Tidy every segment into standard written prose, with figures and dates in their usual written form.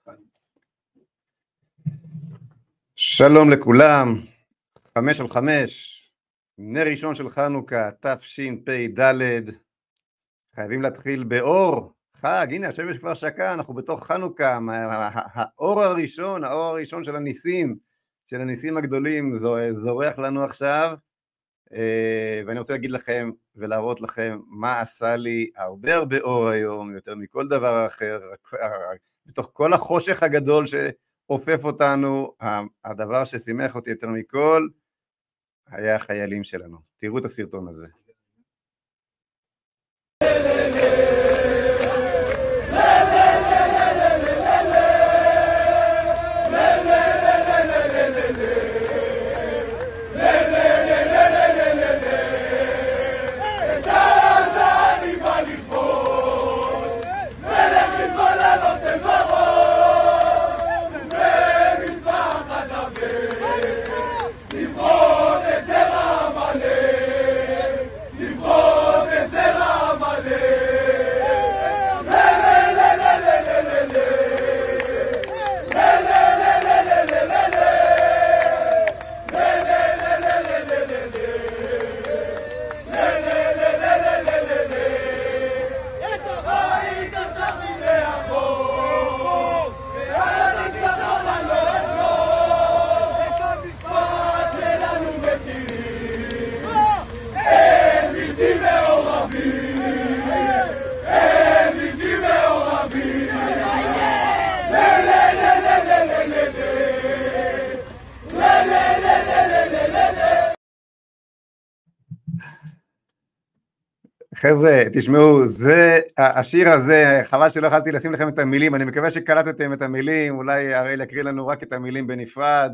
שלום לכולם, 5/5, נר ראשון של חנוכה, תשפ"ד. חייבים להתחיל באור, חג, הנה השמש כבר שקע, אנחנו בתוך חנוכה, האור הראשון של הניסים הגדולים, זורח לנו עכשיו, ואני רוצה להגיד לכם ולהראות לכם מה עשה לי הרבה אור היום, יותר מכל דבר אחר, בתוך כל החושך הגדול שאופף אותנו, הדבר ששימח אותי יותר מכל, היה החיילים שלנו. תראו את הסרטון הזה. חבר'ה, תשמעו, השיר הזה, חבל שלא יכולתי לשים לכם את המילים, אני מקווה שקלטתם את המילים, אולי הראל יקריא לנו רק את המילים בנפרד.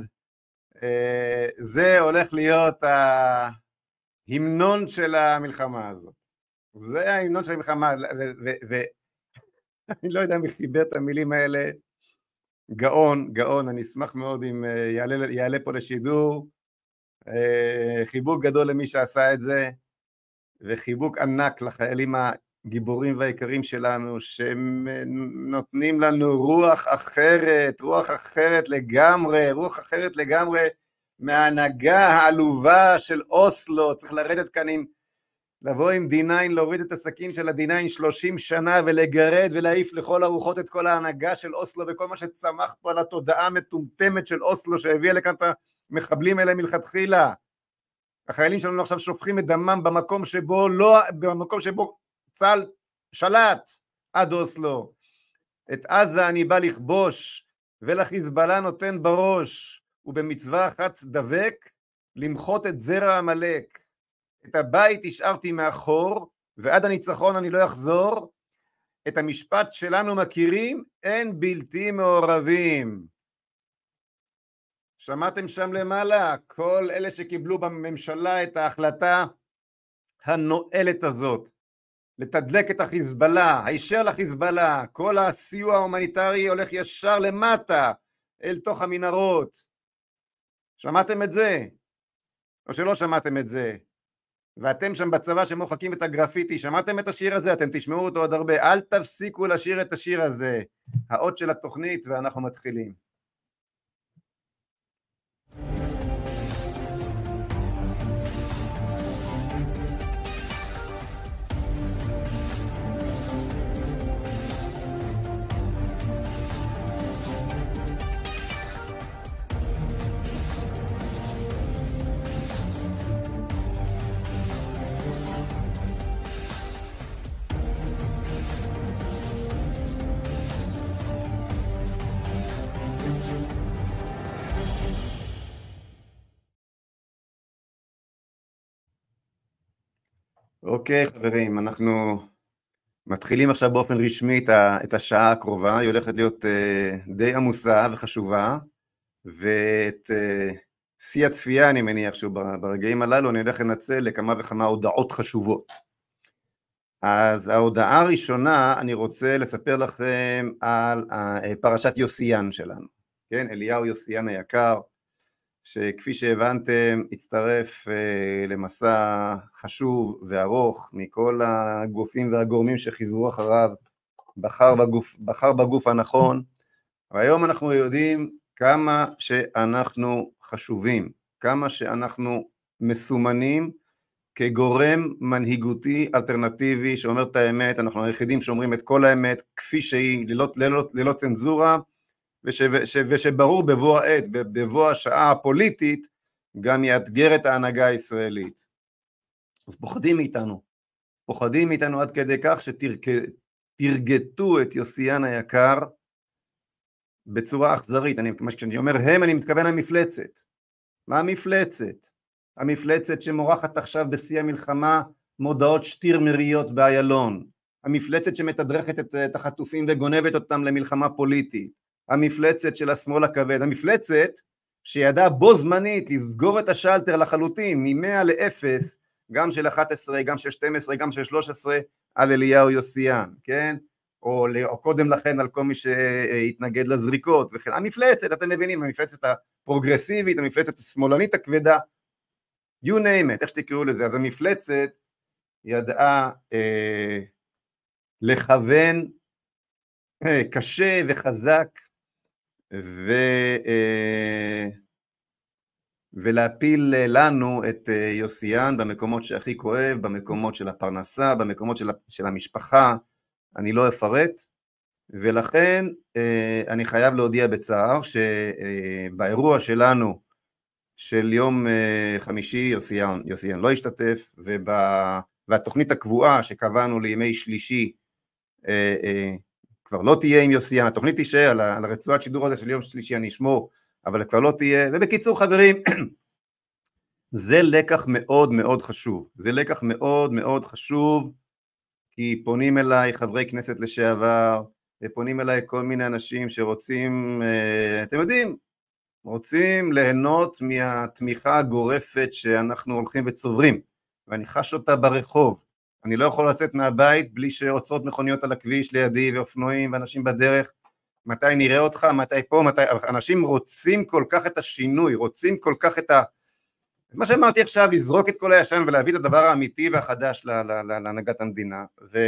זה הולך להיות ההמנון של המלחמה הזאת. זה ההמנון של המלחמה, ואני לא יודע מי חיבר את המילים האלה, גאון, אני אשמח מאוד אם יעלה פה לשידור, חיבוק גדול למי שעשה את זה, וחיבוק ענק לחיילים הגיבורים והיקרים שלנו, שנותנים לנו רוח אחרת לגמרי, מההנהגה העלובה של אוסלו. צריך לרדת כאן לבוא עם D9, להוריד את הסכין של ה-D9 30 שנה, ולגרד ולהעיף לכל הרוחות את כל ההנהגה של אוסלו, וכל מה שצמח פה על התודעה המטומטמת של אוסלו, שהביאה לכאן את המחבלים האלה מלכתחילה. החיילים שלנו עכשיו שופכים את דמם במקום שבו צה"ל שלט עד אוסלו. את עזה אני בא לכבוש, ולחיזבאללה נותן בראש, ובמצווה אחת דבק, למחות את זרע עמלק. את הבית השארתי מאחור, ועד הניצחון אני לא אחזור. את המשפט שלנו מכירים, אין בלתי מעורבים. שמעתם שם למעלה? כל אלה שקיבלו בממשלה את ההחלטה הנואלת הזאת, לתדלק את החיזבאללה, הישר לחיזבאללה, כל הסיוע ההומניטרי הולך ישר למטה, אל תוך המנהרות. שמעתם את זה? או שלא שמעתם את זה? ואתם שם בצבא שמוחקים את הגרפיטי, שמעתם את השיר הזה? אתם תשמעו אותו עוד הרבה, אל תפסיקו לשיר את השיר הזה. האות של התוכנית, ואנחנו מתחילים. אוקיי חברים, אנחנו מתחילים עכשיו באופן רשמי את השעה הקרובה, היא הולכת להיות די עמוסה וחשובה, ואת שיא הצפייה אני מניח שהוא ברגעים הללו, אני הולך לנצל לכמה וכמה הודעות חשובות. אז ההודעה הראשונה, אני רוצה לספר לכם על פרשת יוסיאן שלנו, כן? אליהו יוסיאן היקר, שכפי שהבנתם הצטרף למסע חשוב וארוך מכל הגופים והגורמים שחיזרו אחריו, בחר בגוף הנכון, והיום אנחנו יודעים כמה שאנחנו חשובים, כמה שאנחנו מסומנים כגורם מנהיגותי אלטרנטיבי שאומר את האמת, אנחנו היחידים שאומרים את כל האמת כפי שהיא, ללא צנזורה, ושברור בבוא העת, בבוא השעה הפוליטית, גם יאתגר את ההנהגה הישראלית. אז פוחדים מאיתנו עד כדי כך שתרגטו את יוסיאן היקר בצורה אכזרית. כשאני אומר הם, אני מתכוון המפלצת. מה המפלצת? המפלצת שמורחת עכשיו בשיא המלחמה מודעות שטירמריות באיילון, המפלצת שמתדרכת את החטופים וגונבת אותם למלחמה פוליטית, המפלצת של השמאל הכבד, המפלצת שידעה בו זמנית לסגור את השלטר לחלוטין מ-100 ל-0, גם של 11, גם של 12, גם של 13, על אליהו יוסיאן, כן? או קודם לכן על כל מי שהתנגד לזריקות וכן. המפלצת, אתם מבינים, המפלצת הפרוגרסיבית, המפלצת השמאלנית הכבדה, you name it, איך שתקראו לזה. אז המפלצת ידעה לכוון קשה וחזק ולהפיל לנו את יוסיאן במקומות שהכי כואב, במקומות של הפרנסה, במקומות של המשפחה, אני לא אפרט, ולכן אני חייב להודיע בצער שבאירוע שלנו של יום חמישי יוסיאן לא השתתף, והתוכנית הקבועה שקבענו לימי שלישי כבר לא תהיה עם יוסיאן, התוכנית תישאר על הרצועת שידור הזה של יום שלישי, אני אשמור, אבל כבר לא תהיה. ובקיצור חברים, זה לקח מאוד מאוד חשוב, זה לקח מאוד מאוד חשוב, כי פונים אליי חברי כנסת לשעבר, ופונים אליי כל מיני אנשים שרוצים, אתם יודעים, רוצים ליהנות מהתמיכה הגורפת שאנחנו הולכים וצוברים, ואני חש אותה ברחוב. אני לא יכול לצאת מהבית בלי שעוצרות מכוניות על הכביש לידי ואופנועים ואנשים בדרך, מתי נראה אותך, מתי פה, מתי, אנשים רוצים כל כך את השינוי, רוצים כל כך את מה שאמרתי עכשיו, לזרוק את כל הישן ולהביא את הדבר האמיתי והחדש להנהגת המדינה,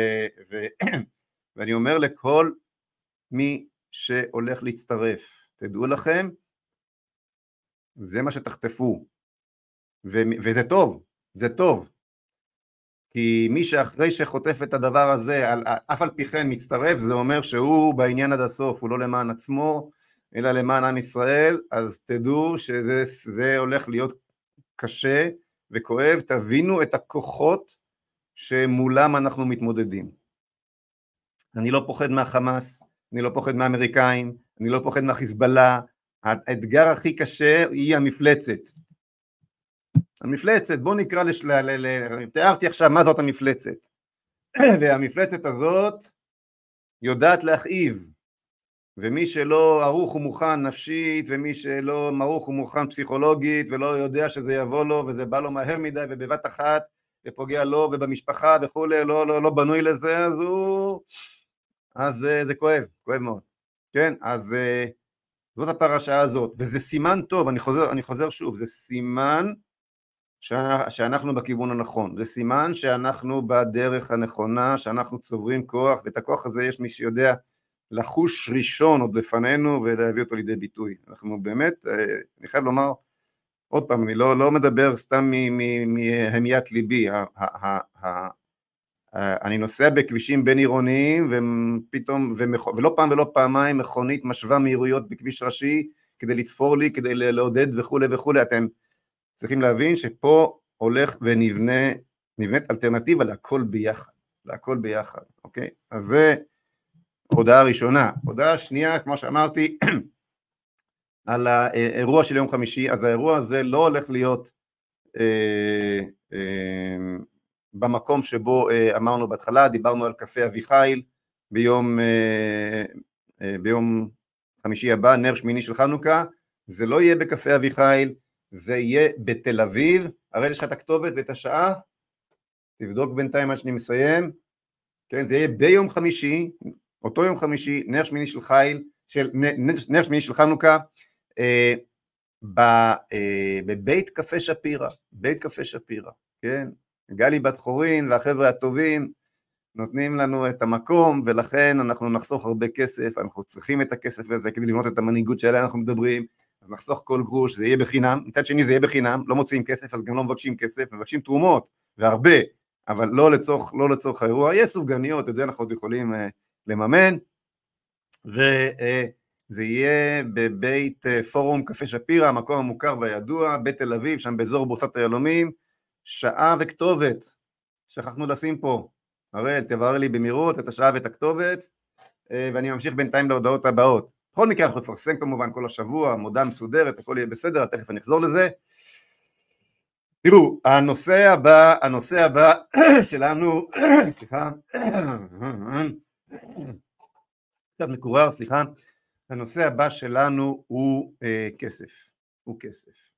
ואני אומר לכל מי שהולך להצטרף, תדעו לכם, זה מה שתחטפו, וזה טוב, זה טוב, כי מי שאחרי שחוטף את הדבר הזה, אף על פי כן מצטרף, זה אומר שהוא בעניין עד הסוף, הוא לא למען עצמו, אלא למען עם ישראל, אז תדעו שזה הולך להיות קשה וכואב, תבינו את הכוחות שמולם אנחנו מתמודדים. אני לא פוחד מהחמאס, אני לא פוחד מהאמריקאים, אני לא פוחד מהחיזבאללה, האתגר הכי קשה היא המפלצת. המפלצת, בוא נקרא, תיארתי עכשיו מה זאת המפלצת, והמפלצת הזאת יודעת להכאיב, ומי שלא ערוך ומוכן נפשית, ומי שלא ערוך ומוכן פסיכולוגית, ולא יודע שזה יבוא לו, וזה בא לו מהר מדי, ובבת אחת, ופוגע לו, ובמשפחה וכו', לא בנוי לזה, אז זה כואב, כואב מאוד. כן, אז זאת הפרשה הזאת, וזה סימן טוב, אני חוזר שוב, זה סימן שאנחנו בכיוון הנכון, זה סימן שאנחנו בדרך הנכונה, שאנחנו צוברים כוח, ואת הכוח הזה יש מי שיודע לחוש ראשון עוד לפנינו ולהביא אותו לידי ביטוי. אנחנו באמת, אני חייב לומר עוד פעם, אני לא מדבר סתם מהמיית ליבי, אני נוסע בכבישים בין עירוניים ופתאום, ולא פעם ולא פעמיים מכונית משווה מהירויות בכביש ראשי כדי לצפור לי, כדי לעודד וכו' וכו'. אתם צריכים להבין שפה הולך ונבנית אלטרנטיבה להכל ביחד, להכל ביחד, אוקיי? אז זה הודעה ראשונה. הודעה שנייה, כמו שאמרתי, על האירוע של יום חמישי. אז האירוע הזה לא הולך להיות במקום שבו אמרנו בהתחלה, דיברנו על קפה אביחיל ביום חמישי הבא, נר שמיני של חנוכה, זה לא יהיה בקפה אביחיל, זה יהיה בתל אביב. הרי יש לך את הכתובת ואת השעה, תבדוק בינתיים מה שאני מסיים, כן, זה יהיה ביום חמישי, אותו יום חמישי, נר שמיני של חנוכה, בבית קפה שפירא, בית קפה שפירא, כן, גלי בת חורין והחבר'ה הטובים, נותנים לנו את המקום, ולכן אנחנו נחסוך הרבה כסף, אנחנו צריכים את הכסף הזה כדי לבנות את המנהיגות שעליה אנחנו מדברים, אז נחסוך כל גרוש, זה יהיה בחינם, מצד שני זה יהיה בחינם, לא מוצאים כסף, אז גם לא מבקשים כסף, מבקשים תרומות, והרבה, אבל לא לצורך האירוע, יש סופגניות, את זה אנחנו עוד יכולים לממן, וזה יהיה בבית פורום קפה שפירא, המקום המוכר והידוע, בית תל אביב, שם באזור בורסת היהלומים, שעה וכתובת, שכחנו לשים פה, הראל תברר לי במהירות את השעה ואת הכתובת, ואני ממשיך בינתיים להודעות הבאות. בכל מקרה אנחנו נפרסם כמובן כל השבוע, מודעה מסודרת, הכל יהיה בסדר, תכף אני אחזור לזה. תראו, הנושא הבא שלנו, סליחה, קצת מקורר, סליחה, הנושא הבא שלנו הוא כסף.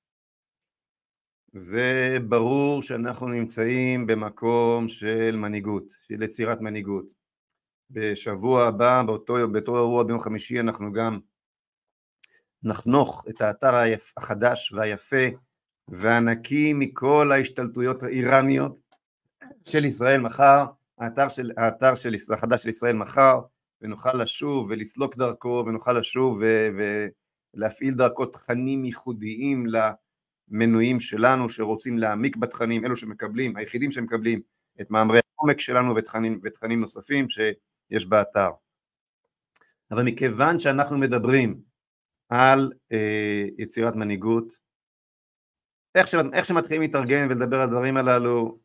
זה ברור שאנחנו נמצאים במקום של מנהיגות, של יצירת מנהיגות. בשבוע הבא, באותו אירוע ביום חמישי, אנחנו גם נחנוך את האתר החדש והיפה והנקי מכל ההשתלטויות האיראניות של ישראל מחר, האתר החדש של ישראל מחר, ונוכל לשוב ולסלוק דרכו, ונוכל לשוב ולהפעיל דרכו תכנים ייחודיים למנויים שלנו שרוצים להעמיק בתכנים, אלו שמקבלים, היחידים שמקבלים את מאמרי העומק שלנו ותכנים נוספים שיש באתר. אבל מכיוון שאנחנו מדברים על יצירת מנהיגות, איך שמתחילים להתארגן ולדבר על הדברים הללו,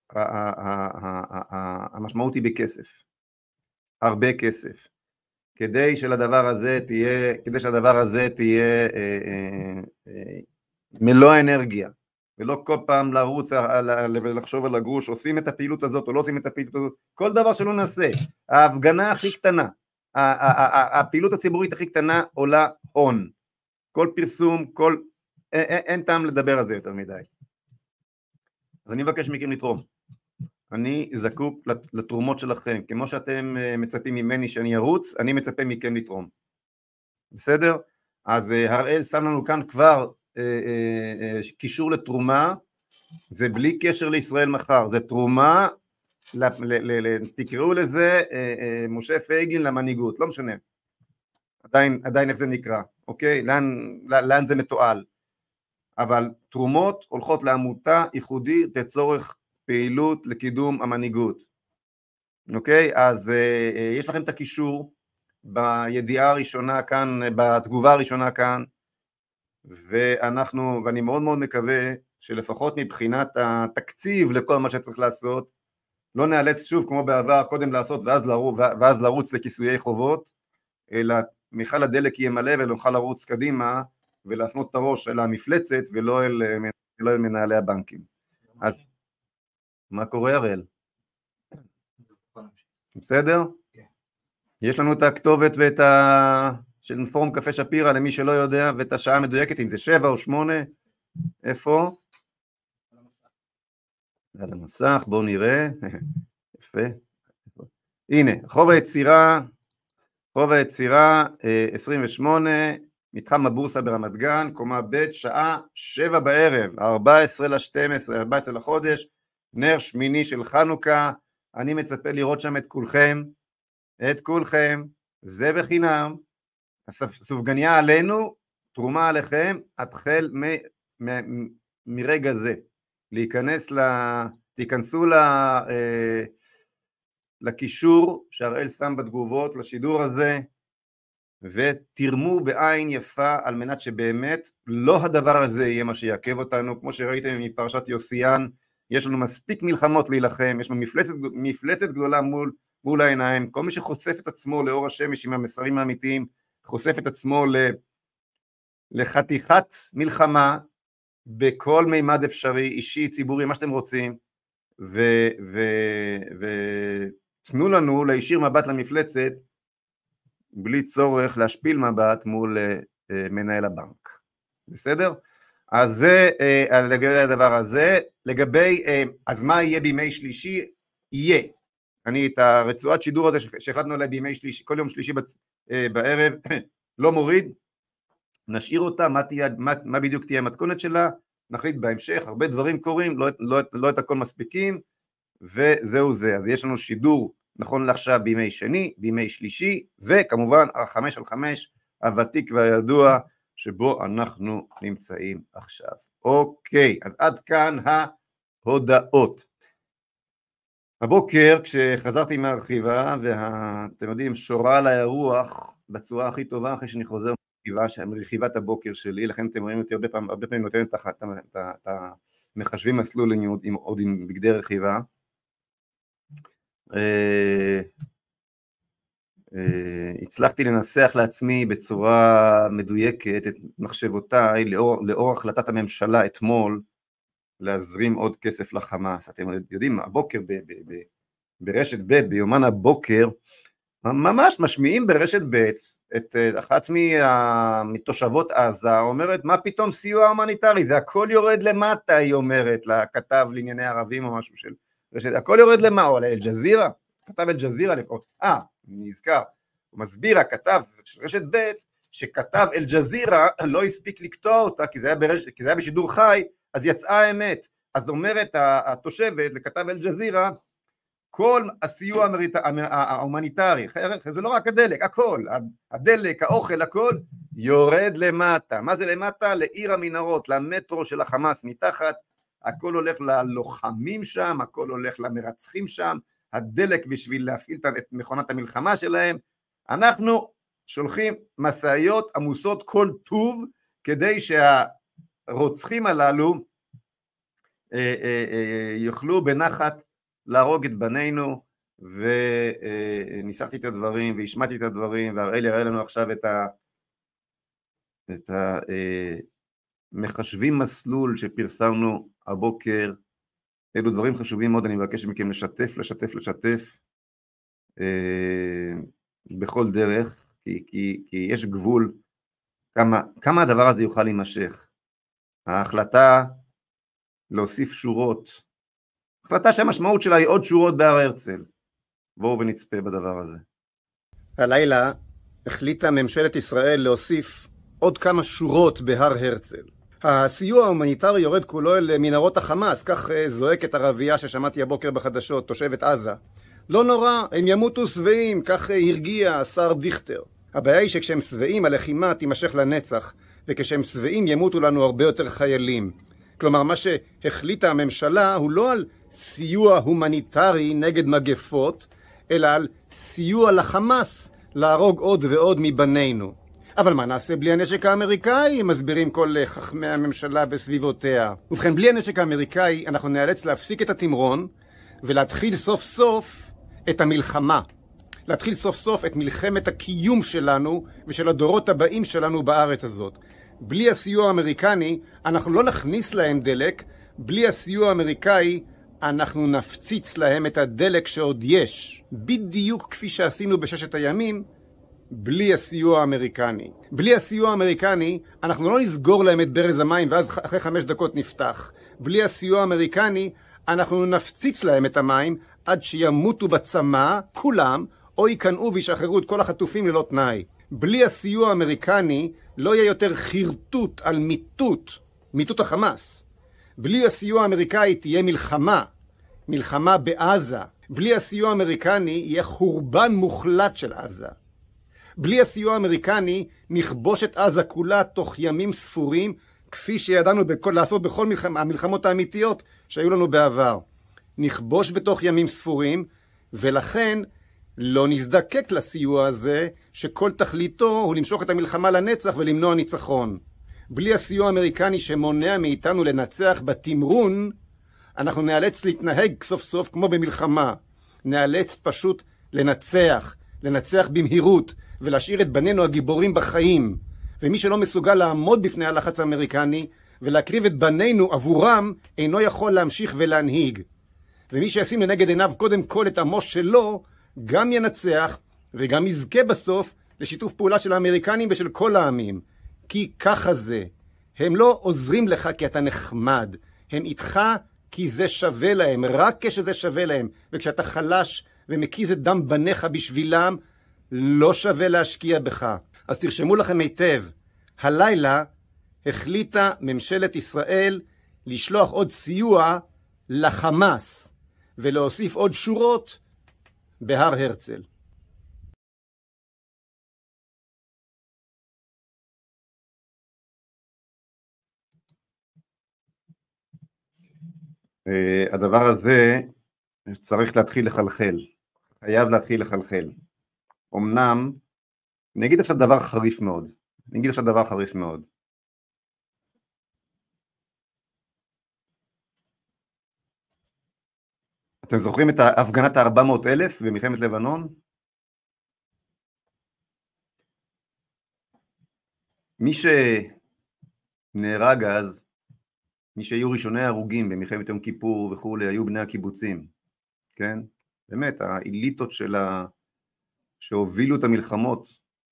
המשמעות היא בכסף, הרבה כסף, כדי שלדבר הזה תהיה מלוא אנרגיה, ולא כל פעם לרוץ ולחשוב על הגרוש, עושים את הפעילות הזאת או לא עושים את הפעילות הזאת, כל דבר שלא נעשה, ההפגנה הכי קטנה, הפעילות הציבורית הכי קטנה עולה הון, כל פרסום, אין טעם לדבר על זה יותר מדי. אז אני מבקש מכם לתרום, אני זקוק לתרומות שלכם, כמו שאתם מצפים ממני שאני ארוץ, אני מצפה מכם לתרום, בסדר? אז הראל שם לנו כאן כבר קישור לתרומה, זה בלי קשר לישראל מחר, זה תרומה, תקראו לזה משה פייגלין למנהיגות, לא משנה, עדיין איך זה נקרא, אוקיי? לאן זה מתועל, אבל תרומות הולכות לעמותה ייחודית לצורך פעילות לקידום המנהיגות, אוקיי? אז יש לכם את הקישור בידיעה הראשונה כאן, בתגובה הראשונה כאן, ואני מאוד מאוד מקווה שלפחות מבחינת התקציב לכל מה שצריך לעשות, לא נאלץ שוב כמו בעבר קודם לעשות ואז לרוץ לכיסויי חובות, אלא מיכל הדלק יהיה מלא ונוכל לרוץ קדימה ולהפנות את הראש אל המפלצת ולא אל מנהלי הבנקים. אז מה קורה הראל? בסדר? יש לנו את הכתובת ואת של פורום קפה שפירא למי שלא יודע, ואת השעה המדויקת, אם זה 7 או 8, איפה? על המסך, בואו נראה, יפה, הנה, חוב היצירה 28, מתחם הבורסה ברמת גן, קומה ב', שעה 7 בערב, 14 לחודש, נר שמיני של חנוכה, אני מצפה לראות שם את כולכם, זה בחינם, סופגניה עלינו, תרומה עליכם, התחל מרגע זה, תיכנסו לקישור שהראל שם בתגובות לשידור הזה, ותרמו בעין יפה על מנת שבאמת לא הדבר הזה יהיה מה שיעכב אותנו, כמו שראיתם מפרשת יוסיאן, יש לנו מספיק מלחמות להילחם, יש לנו מפלצת גדולה מול העיניים, כל מי שחושף את עצמו לאור השמש עם המסרים האמיתיים, חושף את עצמו לחתיכת מלחמה בכל מימד אפשרי, אישי, ציבורי, מה שאתם רוצים, ותנו לנו להישיר מבט למפלצת, בלי צורך להשפיל מבט מול מנהל הבנק, בסדר? אז זה לגבי הדבר הזה, אז מה יהיה בימי שלישי? יהיה. אני את הרצועת שידור הזה שהחלטנו עליה בימי שלישי, כל יום שלישי בערב, לא מוריד, נשאיר אותה, מה בדיוק תהיה המתכונת שלה, נחליט בהמשך, הרבה דברים קורים, לא את הכל מספיקים, וזהו זה. אז יש לנו שידור נכון לעכשיו בימי שני, בימי שלישי, וכמובן על 5/5 הוותיק והידוע שבו אנחנו נמצאים עכשיו. אוקיי, אז עד כאן ההודעות. הבוקר כשחזרתי מהרכיבה, ואתם יודעים, שורה על האירוח בצורה הכי טובה אחרי שאני חוזר מרכיבת הבוקר שלי, לכן אתם רואים אותי הרבה פעמים נותן את המחשבים מסלול עוד עם בגדי רכיבה. הצלחתי לנסח לעצמי בצורה מדויקת את מחשבותיי לאור החלטת הממשלה אתמול להזרים עוד כסף לחמאס. אתם יודעים, הבוקר ברשת ב' ביומן הבוקר ממש משמיעים ברשת ב' את אחת מתושבות עזה אומרת, מה פתאום סיוע הומניטרי, זה הכל יורד למטה, היא אומרת לכתב לענייני ערבים או משהו של רשת, הכל יורד למה, או לאל-ג'זירה, כתב אל-ג'זירה לפחות, נזכר, הוא מסביר, הכתב של רשת ב' שכתב אל-ג'זירה לא הספיק לקטוע אותה, כי זה היה בשידור חי, אז יצאה האמת, אז אומרת התושבת לכתב אל-ג'זירה, כל הסיוע ההומניטרי, זה לא רק הדלק, הכל, הדלק, האוכל, הכל, יורד למטה. מה זה למטה? לעיר המנהרות, למטרו של החמאס מתחת, הכל הולך ללוחמים שם, הכל הולך למרצחים שם, הדלק בשביל להפעיל את מכונת המלחמה שלהם. אנחנו שולחים מסעיות עמוסות כל טוב, כדי שהרוצחים הללו יוכלו בנחת להרוג את בנינו, וניסחתי את הדברים, והשמעתי את הדברים, והראה לנו עכשיו את המחשבים מסלול שפרסמנו הבוקר. אלו דברים חשובים מאוד, אני מבקש מכם לשתף בכל דרך, כי יש גבול כמה הדבר הזה יוכל להימשך. ההחלטה להוסיף שורות, החלטה שהמשמעות שלה היא עוד שורות בהר הרצל. בואו ונצפה בדבר הזה. הלילה החליטה ממשלת ישראל להוסיף עוד כמה שורות בהר הרצל. הסיוע ההומניטרי יורד כולו אל מנהרות החמאס, כך זועקת ערבייה ששמעתי הבוקר בחדשות, תושבת עזה. לא נורא, הם ימותו שבעים, כך הרגיע השר דיכטר. הבעיה היא שכשהם שבעים הלחימה תימשך לנצח, וכשהם שבעים ימותו לנו הרבה יותר חיילים. כלומר, מה שהחליטה הממשלה הוא לא על סיוע הומניטרי נגד מגפות, אלא על סיוע לחמאס להרוג עוד ועוד מבנינו. אבל מה נעשה בלי הנשק האמריקאי? מסבירים כל חכמי הממשלה בסביבותיה. ובכן, בלי הנשק האמריקאי אנחנו נאלץ להפסיק את התמרון ולהתחיל סוף סוף את המלחמה. להתחיל סוף סוף את מלחמת הקיום שלנו ושל הדורות הבאים שלנו בארץ הזאת. בלי הסיוע האמריקני אנחנו לא נכניס להם דלק, בלי הסיוע האמריקאי אנחנו נפציץ להם את הדלק שעוד יש, בדיוק כפי שעשינו בששת הימים, בלי הסיוע האמריקני. בלי הסיוע האמריקני אנחנו לא נסגור להם את ברז המים ואז אחרי 5 דקות נפתח. בלי הסיוע האמריקני אנחנו נפציץ להם את המים עד שימותו בצמא כולם, או יקנאו וישחררו את כל החטופים ללא תנאי. בלי הסיוע האמריקני לא יהיה יותר חרטוט על מיטוט החמאס. בלי הסיוע האמריקאי תהיה מלחמה בעזה. בלי הסיוע האמריקני יהיה חורבן מוחלט של עזה. בלי הסיוע האמריקני נכבוש את עזה כולה תוך ימים ספורים, כפי שידענו לעשות בכל המלחמות האמיתיות שהיו לנו בעבר. נכבוש בתוך ימים ספורים, ולכן לא נזדקק לסיוע הזה, שכל תכליתו הוא למשוך את המלחמה לנצח ולמנוע ניצחון. בלי הסיוע האמריקני שמונע מאיתנו לנצח בתמרון, אנחנו נאלץ להתנהג סוף סוף כמו במלחמה. נאלץ פשוט לנצח במהירות, ולהשאיר את בנינו הגיבורים בחיים. ומי שלא מסוגל לעמוד בפני הלחץ האמריקני, ולהקריב את בנינו עבורם, אינו יכול להמשיך ולהנהיג. ומי שישים לנגד עיניו קודם כל את עמו שלו, גם ינצח, וגם יזכה בסוף לשיתוף פעולה של האמריקנים ושל כל העמים. כי ככה זה. הם לא עוזרים לך כי אתה נחמד. הם איתך כי זה שווה להם, רק כשזה שווה להם. וכשאתה חלש ומקיז את דם בניך בשבילם, לא שווה להשקיע בך. אז תרשמו לכם היטב. הלילה החליטה ממשלת ישראל לשלוח עוד סיוע לחמאס, ולהוסיף עוד שורות בהר הרצל. הדבר הזה צריך להתחיל לחלחל, חייב להתחיל לחלחל. אמנם, אני אגיד עכשיו דבר חריף מאוד, אתם זוכרים את הפגנת ה-400,000 במלחמת לבנון? מי שנהרג אז, מי שהיו ראשוני ההרוגים במלחמת יום כיפור וכו', היו בני הקיבוצים, כן? באמת, האליטות שהובילו את המלחמות,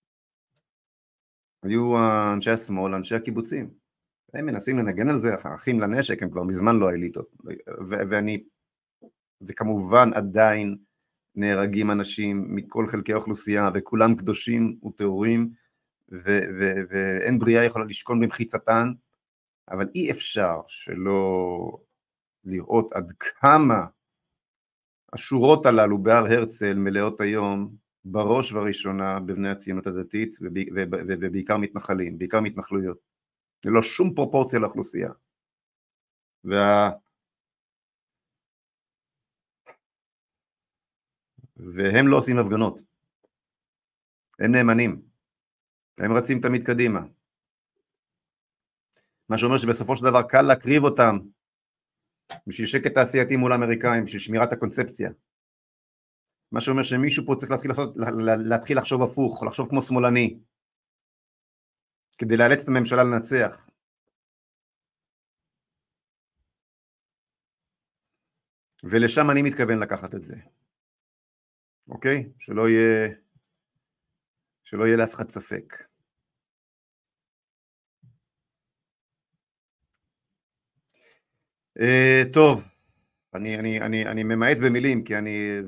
היו אנשי השמאל, אנשי הקיבוצים. הם מנסים לנגן על זה, אחים לנשק, הם כבר מזמן לא האליטות. וכמובן עדיין נהרגים אנשים מכל חלקי האוכלוסייה, וכולם קדושים וטהורים, ואין בריאה יכולה לשכון במחיצתן, אבל אי אפשר שלא לראות עד כמה השורות הללו בהר הרצל מלאות היום, בראש ובראשונה בבני הציונות הדתית, ובעיקר מתנחלים, בעיקר מתנחלויות. ללא שום פרופורציה לאוכלוסייה. והם לא עושים הפגנות. הם נאמנים. הם רצים תמיד קדימה. מה שאומר שבסופו של דבר קל להקריב אותם, בשביל שקט תעשייתי מול האמריקאים, בשביל שמירת הקונספציה. מה שאומר שמישהו פה צריך להתחיל לחשוב הפוך, לחשוב כמו שמאלני, כדי לאלץ את הממשלה לנצח. ולשם אני מתכוון לקחת את זה. אוקיי? שלא יהיה לאף אחד ספק. טוב, אני ממעט במילים, כי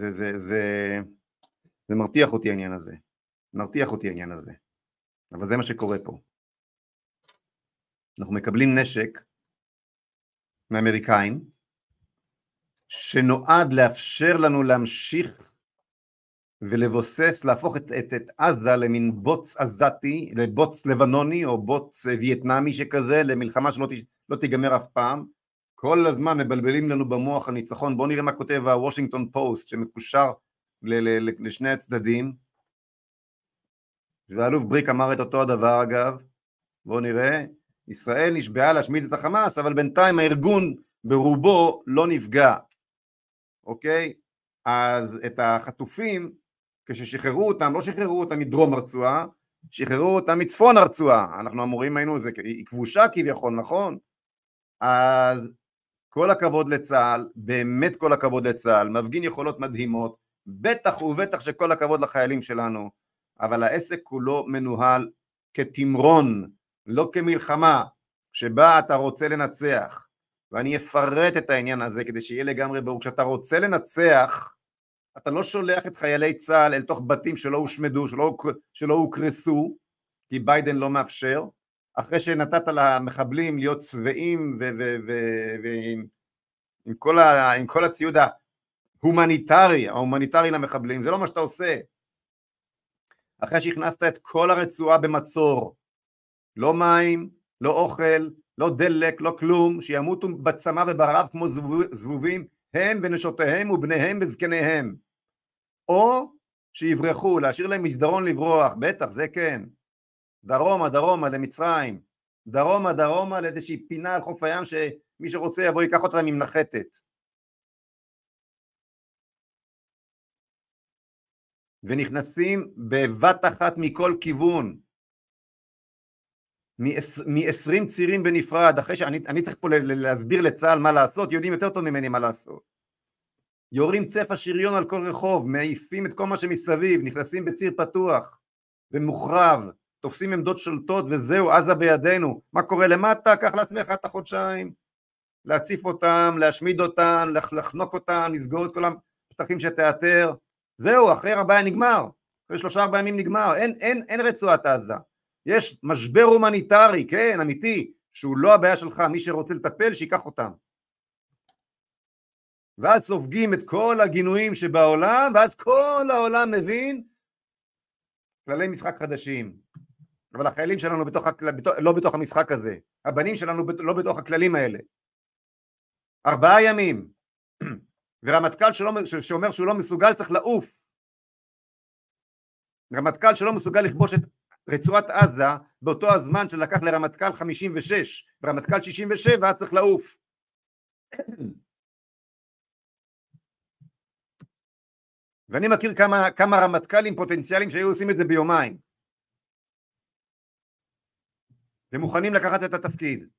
זה מרתיח אותי העניין הזה. אבל זה מה שקורה פה. אנחנו מקבלים נשק מאמריקאים, שנועד לאפשר לנו להמשיך ולבוסס, להפוך את עזה למין בוץ עזתי, לבוץ לבנוני או בוץ וייטנאמי שכזה, למלחמה שלא תיגמר אף פעם. כל הזמן מבלבלים לנו במוח הניצחון. בואו נראה מה כותב הוושינגטון פוסט שמקושר לשני הצדדים, ואלוף בריק אמר את אותו הדבר אגב. בואו נראה, ישראל נשבעה להשמיד את החמאס, אבל בינתיים הארגון ברובו לא נפגע. אוקיי? אז את החטופים, כששחררו אותם, לא שחררו אותם מדרום הרצועה, שחררו אותם מצפון הרצועה. אנחנו אמורים היינו, זה היא כבושה כביכול, נכון? אז כל הכבוד לצה"ל, באמת כל הכבוד לצה"ל, מפגין יכולות מדהימות, בטח ובטח שכל הכבוד לחיילים שלנו, אבל העסק כולו מנוהל כתמרון, לא כמלחמה, שבה אתה רוצה לנצח. ואני אפרט את העניין הזה כדי שיהיה לגמרי ברור. כשאתה רוצה לנצח, אתה לא שולח את חיילי צה"ל אל תוך בתים שלא הושמדו, שלא הוקרסו, כי ביידן לא מאפשר, אחרי שנתת למחבלים להיות צבעים ועם כל הציוד ההומניטרי למחבלים, זה לא מה שאתה עושה. אחרי שהכנסת את כל הרצועה במצור, לא מים, לא אוכל, לא דלק, לא כלום, שימותו בצמא וברעב כמו זבובים, הם ונשותיהם ובניהם וזקניהם, או שיברחו, להשאיר להם מסדרון לברוח, בטח, זה כן, דרומה למצרים, דרומה לאיזושהי פינה על חוף הים שמי שרוצה יבוא ייקח אותם עם נחתת. ונכנסים בבת אחת מכל כיוון, מ-20 צירים בנפרד, אחרי שאני צריך פה להסביר לצה"ל מה לעשות, יודעים יותר טוב ממני מה לעשות. יורים צפע שריון על כל רחוב, מעיפים את כל מה שמסביב, נכנסים בציר פתוח ומוחרב, תופסים עמדות שולטות וזהו, עזה בידינו. מה קורה למטה? קח לעצמך את החודשיים, להציף אותם, להשמיד אותם, לחנוק אותם, לסגור את כל הפתחים שתאתר, זהו, אחרי 4 נגמר, אחרי 3-4 ימים נגמר, אין רצועת עזה. יש משבר הומניטרי, כן, אמיתי, שהוא לא הבעיה שלך, מי שרוצה לטפל, שיקח אותם. ואז סופגים את כל הגינויים שבעולם, ואז כל העולם מבין כללי משחק חדשים. אבל החיילים שלנו לא בתוך המשחק הזה, הבנים שלנו לא בתוך הכללים האלה. 4 ימים, ורמטכ"ל שאומר שהוא לא מסוגל צריך לעוף. רמטכ"ל שלא מסוגל לכבוש את רצועת עזה באותו הזמן שלקח לרמטכ"ל 56, ורמטכ"ל 67 צריך לעוף. ואני מכיר כמה רמטכ"לים פוטנציאליים שהיו עושים את זה ביומיים. ומוכנים לקחת את התפקיד.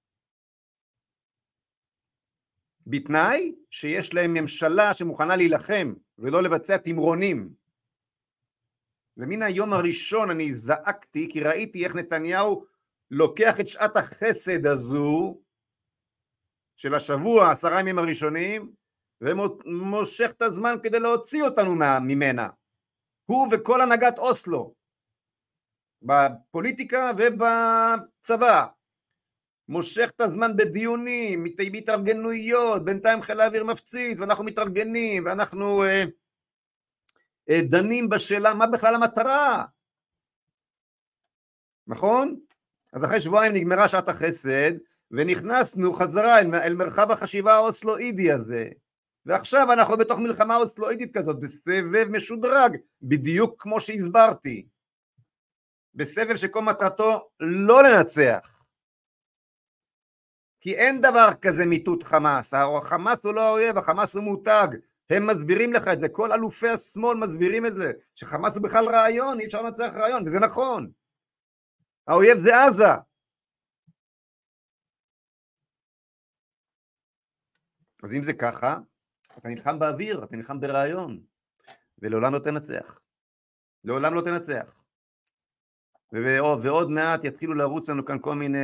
בתנאי שיש להם ממשלה שמוכנה להילחם ולא לבצע תמרונים. ומן היום הראשון אני זעקתי כי ראיתי איך נתניהו לוקח את שעת החסד הזו של השבוע, 10 ימים הראשונים, ומושך את הזמן כדי להוציא אותנו ממנה. הוא וכל הנהגת אוסלו, בפוליטיקה ובצבא. מושך את הזמן בדיונים, בהתארגנויות, בינתיים חיל האוויר מפציץ, ואנחנו מתארגנים, ואנחנו דנים בשאלה מה בכלל המטרה. נכון? אז אחרי שבועיים נגמרה שעת החסד, ונכנסנו חזרה אל מרחב החשיבה האוסלואידי הזה. ועכשיו אנחנו בתוך מלחמה אוסלואידית כזאת, בסבב משודרג, בדיוק כמו שהסברתי. בסבב שכל מטרתו לא לנצח. כי אין דבר כזה מיטוט חמאס, החמאס הוא לא האויב, החמאס הוא מותג, הם מסבירים לך את זה, כל אלופי השמאל מסבירים את זה, שחמאס הוא בכלל רעיון, אי אפשר לנצח רעיון, וזה נכון. האויב זה עזה. אז אם זה ככה, אתה נלחם באוויר, אתה נלחם ברעיון, ולעולם לא תנצח. לעולם לא תנצח. ועוד מעט יתחילו לרוץ לנו כאן כל מיני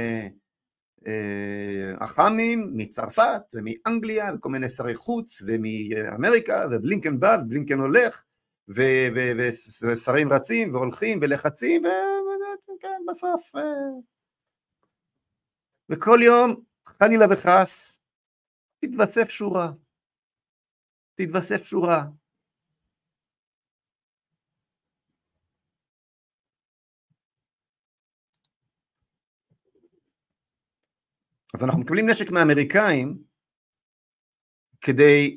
אחמים מצרפת ומאנגליה וכל מיני שרי חוץ ומאמריקה, ובלינקן בא ובלינקן הולך, ושרים רצים והולכים ולחצים, וכן בסוף וכל יום חלילה וחס תתווסף שורה. אז אנחנו מקבלים נשק מהאמריקאים כדי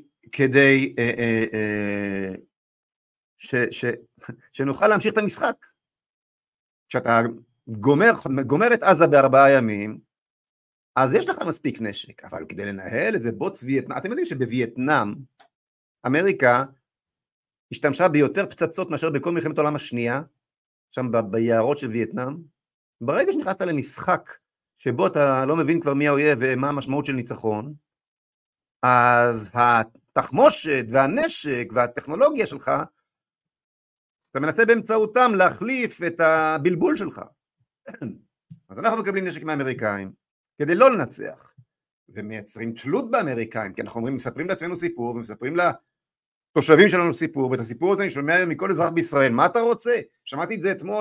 שנוכל להמשיך את המשחק. כשאתה גומר את עזה ב4 ימים, אז יש לך מספיק נשק, אבל כדי לנהל איזה בוץ וייטנאם, אתם יודעים שבווייטנאם, אמריקה השתמשה ביותר פצצות מאשר בכל מלחמת העולם השנייה, שם ביערות של וייטנאם. ברגע שנכנסת למשחק, שבו אתה לא מבין כבר מי האויב ומה המשמעות של ניצחון, אז התחמושת והנשק והטכנולוגיה שלך, אתה מנסה באמצעותם להחליף את הבלבול שלך. אז אנחנו מקבלים נשק מהאמריקאים, כדי לא לנצח, ומייצרים תלות באמריקאים, כי אנחנו אומרים, מספרים לעצמנו סיפור, ומספרים לתושבים שלנו סיפור, ואת הסיפור הזה אני שומע מכל אזרח בישראל, מה אתה רוצה? שמעתי את זה אתמול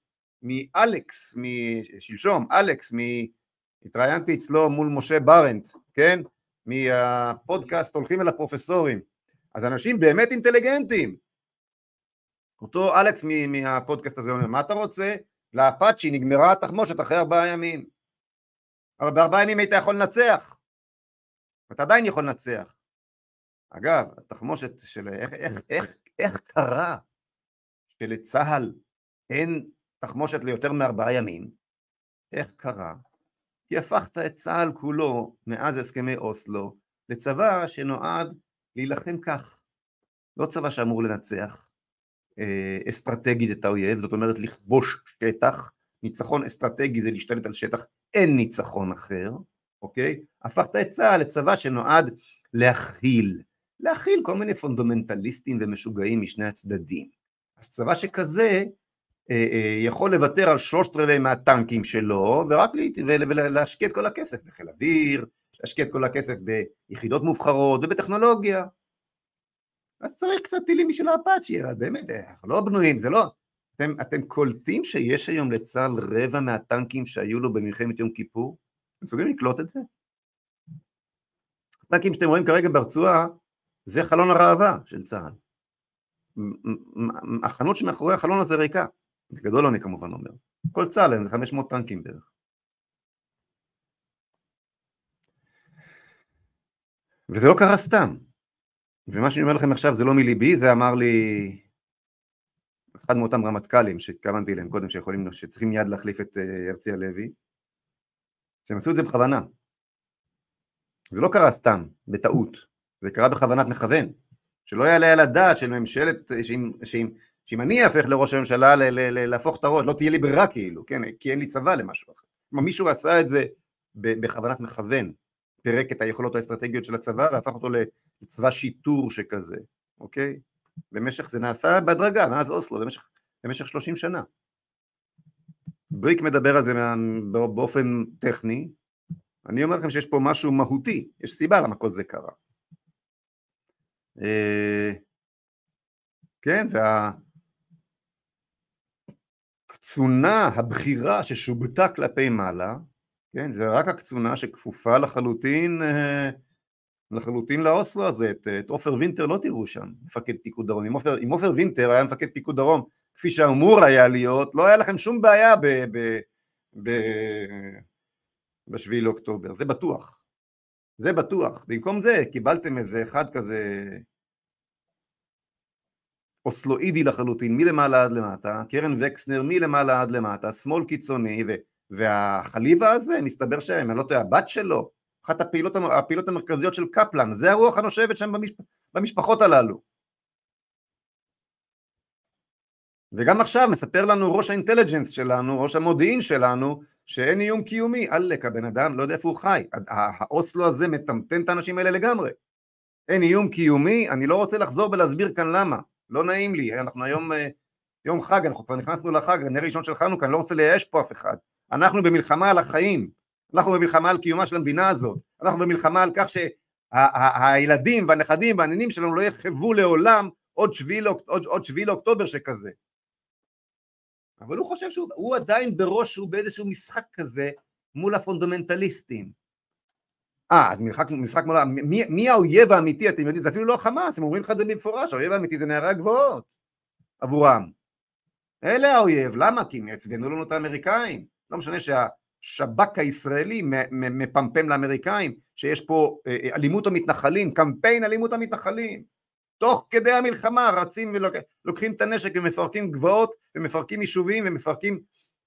מאלכס, שלשום, אלכס, התראיינתי אצלו מול משה ברנט, כן? מהפודקאסט הולכים אל הפרופסורים, אז אנשים באמת אינטליגנטים. אותו אלכס מהפודקאסט הזה אומר, מה אתה רוצה? לאפאצ'י נגמרה התחמושת אחרי 4 ימים. אבל ב4 ימים היית יכול לנצח. אתה עדיין יכול לנצח. אגב, התחמושת של איך קרה שלצהל אין תחמושת ליותר מ4 ימים? איך קרה? כי הפכת את צהל כולו מאז הסכמי אוסלו לצבא שנועד להילחם כך. לא צבא שאמור לנצח אסטרטגית את האויב, זאת אומרת לכבוש שטח, ניצחון אסטרטגי זה להשתלט על שטח, אין ניצחון אחר, אוקיי? הפכת את צהל לצבא שנועד להכיל כל מיני פונדמנטליסטים ומשוגעים משני הצדדים. אז צבא שכזה יכול לוותר על 3/4 מהטנקים שלו, ורק להשקיע את כל הכסף בחיל אוויר, להשקיע את כל הכסף ביחידות מובחרות ובטכנולוגיה. אז צריך קצת טילים בשביל האפאצ'י, אבל באמת, אנחנו לא בנויים, זה לא... אתם קולטים שיש היום לצה"ל 1/4 מהטנקים שהיו לו במלחמת יום כיפור? אתם מסוגלים לקלוט את זה? הטנקים שאתם רואים כרגע ברצועה, זה חלון הראווה של צה"ל. החנות שמאחורי החלון הזה ריקה, גדול אני כמובן אומר, כל צה"ל הם 500 טנקים בערך. וזה לא קרה סתם, ומה שאני אומר לכם עכשיו זה לא מליבי, זה אמר לי אחד מאותם רמטכ"לים שהתכוונתי להם קודם, שצריכים מיד להחליף את הרצי הלוי, שהם עשו את זה בכוונה. זה לא קרה סתם, בטעות, זה קרה בכוונת מכוון, שלא יעלה על הדעת של ממשלת, שאם אני אהפך לראש הממשלה להפוך את הראש, לא תהיה לי ברירה כאילו, כן? כי אין לי צבא למשהו אחר. כלומר, מישהו עשה את זה בכוונת מכוון, פירק את היכולות האסטרטגיות של הצבא, והפך אותו לצבא שיטור שכזה, אוקיי? זה נעשה בהדרגה, מאז אוסלו, במשך 30 שנה. בריק מדבר על זה באופן טכני, אני אומר לכם שיש פה משהו מהותי, יש סיבה למה כל זה קרה. כן, והקצונה, הבחירה ששובטה כלפי מעלה, כן, זה רק הקצונה שכפופה לחלוטין לאוסלו הזה, את עופר וינטר לא תראו שם, מפקד פיקוד דרום, אם עופר וינטר היה מפקד פיקוד דרום, כפי שאמור היה להיות, לא היה לכם שום בעיה ב7 לאוקטובר, זה בטוח, במקום זה קיבלתם איזה אחד כזה אוסלואידי לחלוטין, מלמעלה עד למטה, קרן וקסנר מלמעלה עד למטה, שמאל קיצוני, והחליבה הזה, מסתבר שהם, אני לא יודע, הבת שלו, אחת הפעילות המרכזיות של קפלן, זה הרוח הנושבת שם במשפחות הללו. וגם עכשיו מספר לנו ראש האינטליג'נס שלנו, ראש המודיעין שלנו, שאין איום קיומי, עלק, הבן אדם לא יודע איפה הוא חי, האוסלו הזה מטמטם את האנשים האלה לגמרי. אין איום קיומי, אני לא רוצה לחזור ולהסביר כאן למה, לא נעים לי, אנחנו היום יום חג, אנחנו כבר נכנסנו לחג, נר ראשון של חנוכה, אני לא רוצה לייאש פה אף אחד, אנחנו במלחמה על החיים, אנחנו במלחמה על קיומה של המדינה הזאת, אנחנו במלחמה על כך שהילדים והנכדים והנינים שלנו לא יחוו לעולם עוד 7 לאוקטובר שכזה. אבל הוא חושב שהוא עדיין בראש, הוא באיזשהו משחק כזה מול הפונדמנטליסטים. אז משחק מול, מי האויב האמיתי, אתם יודעים, זה אפילו לא חמאס, הם אומרים לך את זה במפורש, האויב האמיתי זה נערי הגבוהות עבורם. אלה האויב, למה? כי הם יצבנו לנו את האמריקאים, לא משנה שהשב"כ הישראלי מפמפם לאמריקאים, שיש פה אלימות המתנחלים, קמפיין אלימות המתנחלים, תוך כדי המלחמה רצים ולוקחים את הנשק ומפרקים גבעות, ומפרקים יישובים ומפרקים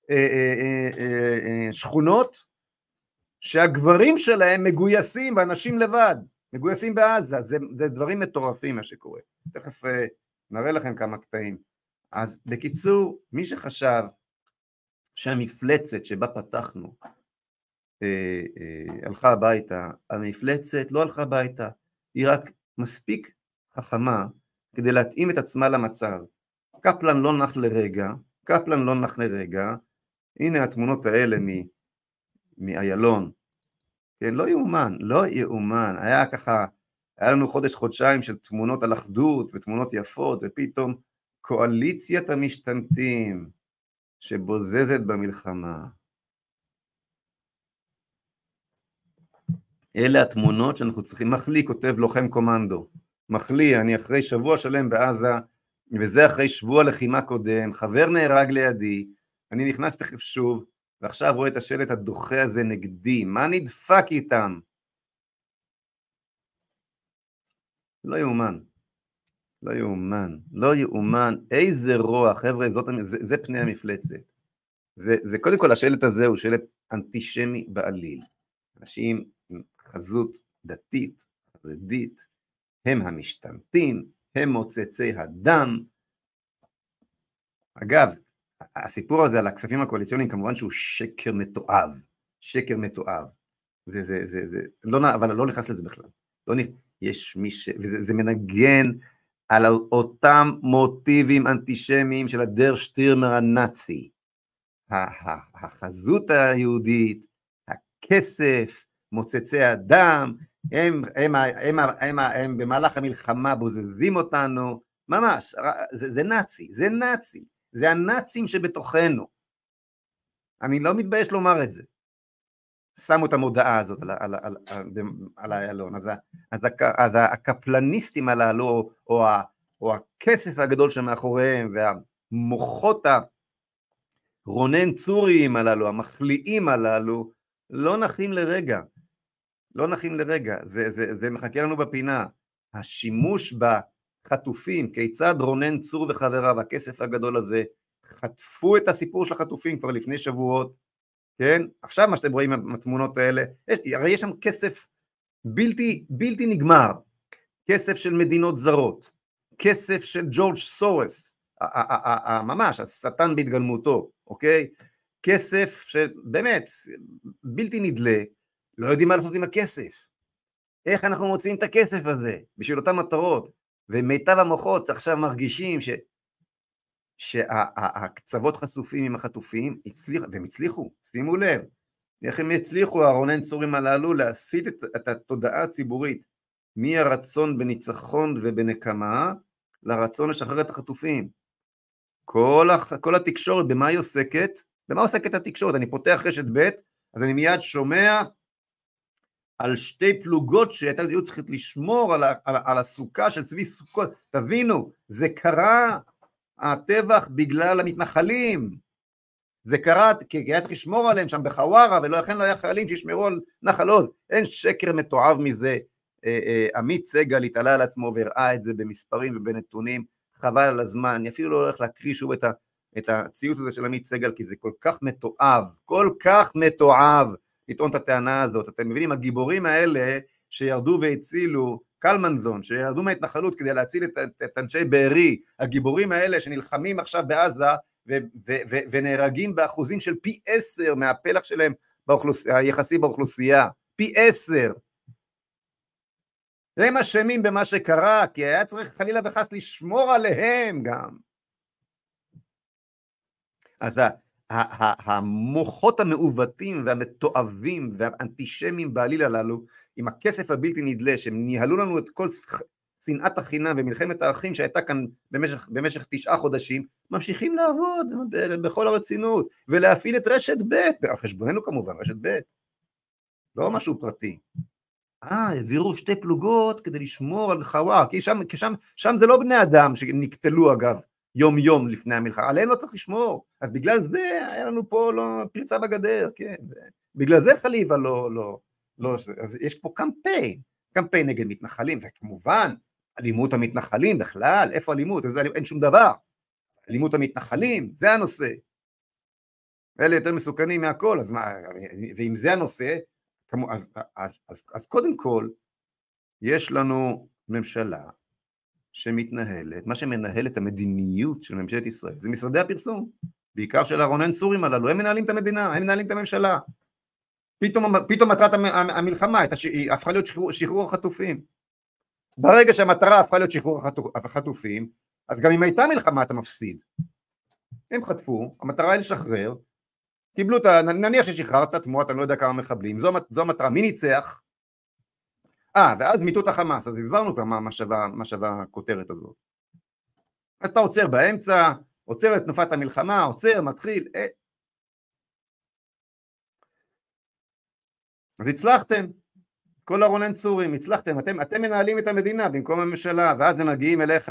שכונות, שהגברים שלהם מגויסים, ואנשים לבד, מגויסים בעזה, זה דברים מטורפים מה שקורה, תכף נראה לכם כמה קטעים. אז בקיצור, מי שחשב שהמפלצת שבה פתחנו הלכה הביתה, המפלצת לא הלכה הביתה, היא רק מספיק חכמה כדי להתאים את עצמה למצב. קפלן לא נח לרגע, הנה התמונות האלה מאיילון, כן, לא יאומן, היה ככה, היה לנו חודשיים של תמונות על אחדות ותמונות יפות, ופתאום קואליציית המשתמטים שבוזזת במלחמה. אלה התמונות שאנחנו צריכים, מחלי כותב לוחם קומנדו, מחלי, אני אחרי שבוע שלם בעזה, וזה אחרי שבוע לחימה קודם, חבר נהרג לידי, אני נכנס תכף שוב, ועכשיו רואה את השלט הדוחה הזה נגדי, מה נדפק איתם? לא יאומן, איזה רוע, חבר'ה, זה פני המפלצת. זה קודם כל השלט הזה הוא שלט אנטישמי בעליל. אנשים עם חזות דתית, חרדית, הם המשתמטים, הם מוצצי הדם. אגב, הסיפור הזה על הכספים הקואליציוניים כמובן שהוא שקר מתועב. אבל לא נכנס לזה בכלל. יש וזה מנגן על אותם מוטיבים אנטישמיים של הדר שטירמר הנאצי. החזות היהודית, הכסף, מוצצי הדם, הם במהלך המלחמה בוזזים אותנו, ממש, זה נאצי, זה הנאצים שבתוכנו. אני לא מתבייש לומר את זה. שמו את המודעה הזאת על האיילון. אז הקפלניסטים הללו, או הכסף הגדול שמאחוריהם, והמוחות הרונן צוריים הללו, המחליאים הללו, לא נחים לרגע. לא נחים לרגע, זה מחכה לנו בפינה. השימוש בחטופים, כיצד רונן צור וחבריו, הכסף הגדול הזה, חטפו את הסיפור של החטופים כבר לפני שבועות, כן? עכשיו מה שאתם רואים מהתמונות האלה, הרי יש שם כסף בלתי נגמר, כסף של מדינות זרות, כסף של ג'ורג' סורס, ממש, השטן בהתגלמותו, אוקיי? כסף שבאמת בלתי נדלה, לא יודעים מה לעשות עם הכסף. איך אנחנו מוצאים את הכסף הזה בשביל אותן מטרות? ומיטב המוחות עכשיו מרגישים שהקצוות חשופים עם החטופים, והם הצליחו, שימו לב, איך הם הצליחו, הרונן צורים הללו, להסיט את התודעה הציבורית מהרצון בניצחון ובנקמה, לרצון לשחרר את החטופים. כל התקשורת, במה היא עוסקת? במה עוסקת התקשורת? אני פותח רשת ב', אז אני מיד שומע על שתי פלוגות שהיו צריכות לשמור על הסוכה של צבי סוכות. תבינו, זה קרה הטבח בגלל המתנחלים. זה קרה כי היה צריך לשמור עליהם שם בחווארה, ולכן לא היה חיילים שישמרו על נחל עוז. אין שקר מתועב מזה. עמית סגל התעלה על עצמו והראה את זה במספרים ובנתונים. חבל על הזמן. אני אפילו לא הולך להקריא שוב את הציוץ הזה של עמית סגל, כי זה כל כך מתועב, לטעון את הטענה הזאת. אתם מבינים, הגיבורים האלה שירדו והצילו, קלמנזון, שירדו מההתנחלות כדי להציל את אנשי בארי, הגיבורים האלה שנלחמים עכשיו בעזה, ונהרגים באחוזים של פי 10 מהפלח שלהם היחסי באוכלוסייה, פי 10. הם אשמים במה שקרה, כי היה צריך חלילה וחס לשמור עליהם גם. אז המוחות המעוותים והמתועבים והאנטישמים בעליל הללו, עם הכסף הבלתי נדלה, שהם ניהלו לנו את כל שנאת החינם ומלחמת האחים שהייתה כאן במשך 9 חודשים, ממשיכים לעבוד בכל הרצינות, ולהפעיל את רשת ב', על חשבוננו כמובן, רשת ב', לא משהו פרטי. העבירו 2 פלוגות כדי לשמור על חווארה, כי שם זה לא בני אדם שנקטלו אגב, יום לפני המלחמה, עליהם לא צריך לשמור, אז בגלל זה היה לנו פה פרצה בגדר, כן, בגלל זה חליבה לא, אז יש פה קמפיין נגד מתנחלים, וכמובן, אלימות המתנחלים בכלל, איפה אלימות? אין שום דבר, אלימות המתנחלים, זה הנושא, אלה יותר מסוכנים מהכל, אז מה, ואם זה הנושא, אז קודם כל, יש לנו ממשלה, שמתנהלת, מה שמנהל את המדיניות של ממשלת ישראל, זה משרדי הפרסום, בעיקר של הרונן צורים הללו, הם מנהלים את המדינה, הם מנהלים את הממשלה. פתאום מטרת המלחמה הפכה להיות שחרור החטופים. ברגע שהמטרה הפכה להיות שחרור החטופים, אז גם אם הייתה מלחמה אתה מפסיד. הם חטפו, המטרה היא לשחרר, קיבלו נניח ששחררת תמורת, אני לא יודע כמה מחבלים, זו המטרה, מי ניצח? ואז מיטוט החמאס, אז הסברנו כבר מה שווה הכותרת הזאת. אז אתה עוצר באמצע, עוצר את תנופת המלחמה, עוצר, מתחיל, אז הצלחתם, כל הרונן צורים, הצלחתם, אתם מנהלים את המדינה במקום הממשלה, ואז הם מגיעים אליך,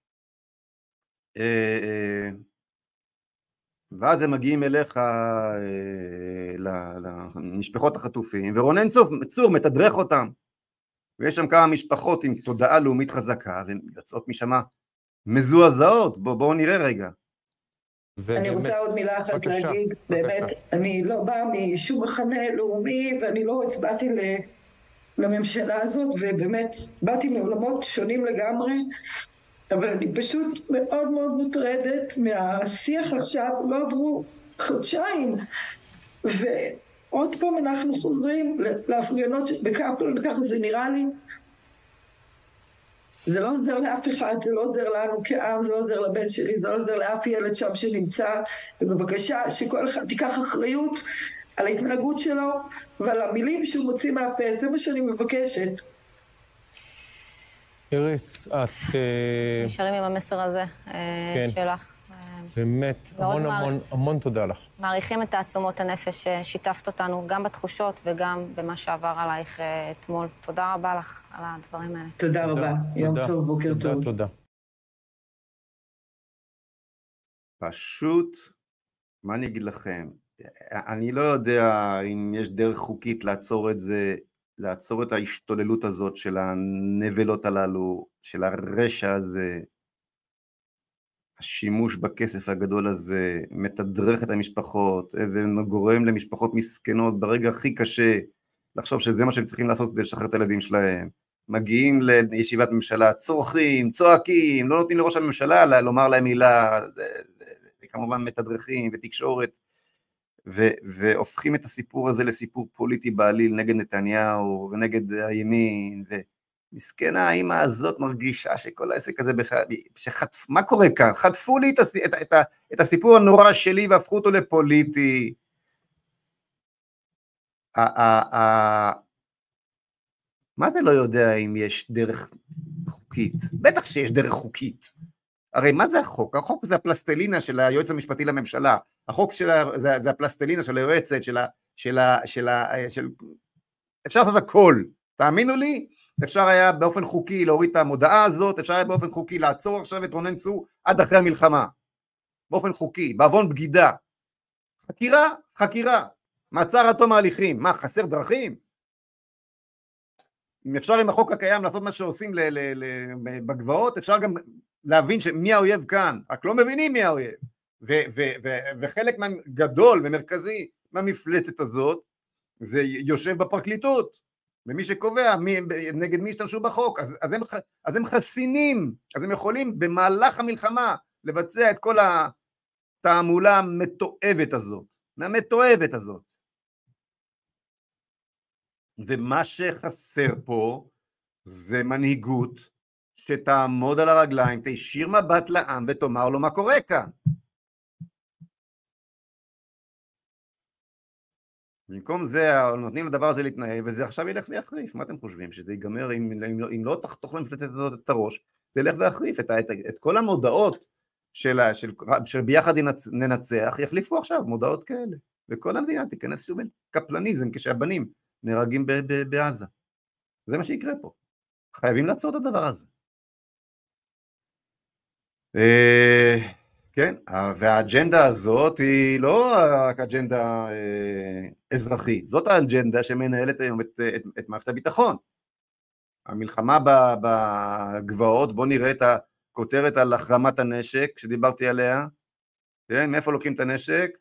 למשפחות החטופים, ורונן צור מתדרך אותם, ויש שם כמה משפחות עם תודעה לאומית חזקה, והן יוצאות משם מזועזעות, בואו נראה רגע. אני רוצה עוד מילה אחת להגיד, באמת, אני לא באה משום מחנה לאומי, ואני לא הצבעתי לממשלה הזאת, ובאמת באתי מעולמות שונים לגמרי, אבל אני פשוט מאוד מאוד מוטרדת מהשיח עכשיו, לא עברו חודשיים, עוד פעם אנחנו חוזרים להפגנות בקפלן, ככה זה נראה לי. זה לא עוזר לאף אחד, זה לא עוזר לנו כעם, זה לא עוזר לבן שלי, זה לא עוזר לאף ילד שם שנמצא, ובבקשה שכל אחד תיקח אחריות על ההתנהגות שלו ועל המילים שהוא מוציא מהפה, זה מה שאני מבקשת. איריס, את... נשארים עם המסר הזה שלך. באמת, המון תודה לך. מעריכים את תעצומות הנפש ששיתפת אותנו, גם בתחושות וגם במה שעבר עלייך אתמול. תודה רבה לך על הדברים האלה. תודה רבה. יום טוב, בוקר טוב. תודה. פשוט, מה אני אגיד לכם? אני לא יודע אם יש דרך חוקית לעצור את זה, לעצור את ההשתוללות הזאת של הנבלות הללו, של הרשע הזה, השימוש בכסף הגדול הזה, מתדרך את המשפחות, וגורם למשפחות מסכנות ברגע הכי קשה, לחשוב שזה מה שהם צריכים לעשות כדי לשחרר את הילדים שלהם. מגיעים לישיבת ממשלה, צורכים, צועקים, לא נותנים לראש הממשלה לומר להם מילה, וכמובן מתדרכים ותקשורת, והופכים את הסיפור הזה לסיפור פוליטי בעליל נגד נתניהו ונגד הימין, ומסכנה האמא הזאת מרגישה שכל העסק הזה, מה קורה כאן? חטפו לי את הסיפור הנורא שלי והפכו אותו לפוליטי. מה זה לא יודע אם יש דרך חוקית? בטח שיש דרך חוקית. הרי מה זה החוק? החוק זה הפלסטלינה של היועץ המשפטי לממשלה, החוק זה הפלסטלינה של היועצת, אפשר לעשות הכל, תאמינו לי, אפשר היה באופן חוקי להוריד את המודעה הזאת, אפשר היה באופן חוקי לעצור עכשיו את רונן צור עד אחרי המלחמה, באופן חוקי, בעוון בגידה, חקירה, מעצר עד תום ההליכים, מה חסר דרכים? אם אפשר עם החוק הקיים לעשות מה שעושים בגבעות, אפשר גם להבין מי האויב כאן, רק לא מבינים מי האויב, וחלק גדול ומרכזי מהמפלצת הזאת, זה יושב בפרקליטות, ומי שקובע נגד מי השתמשו בחוק, אז הם חסינים, אז הם יכולים במהלך המלחמה לבצע את כל התעמולה המתועבת הזאת, ומה שחסר פה זה מנהיגות שתעמוד על הרגליים, תישיר מבט לעם ותאמר לו מה קורה כאן. במקום זה נותנים לדבר הזה להתנהל, וזה עכשיו ילך ויחריף. מה אתם חושבים? שזה ייגמר, אם לא תחתוך למפלצת הזאת את הראש, זה ילך ויחריף. את כל המודעות של ביחד ננצח, יחליפו עכשיו מודעות כאלה. וכל המדינה תיכנס שוב קפלניזם כשהבנים נהרגים בעזה. זה מה שיקרה פה. חייבים לעצור את הדבר הזה. כן, והאג'נדה הזאת היא לא רק אג'נדה אזרחית, זאת האג'נדה שמנהלת היום את מערכת הביטחון. המלחמה בגבעות, בוא נראה את הכותרת על החרמת הנשק שדיברתי עליה, כן, מאיפה לוקחים את הנשק?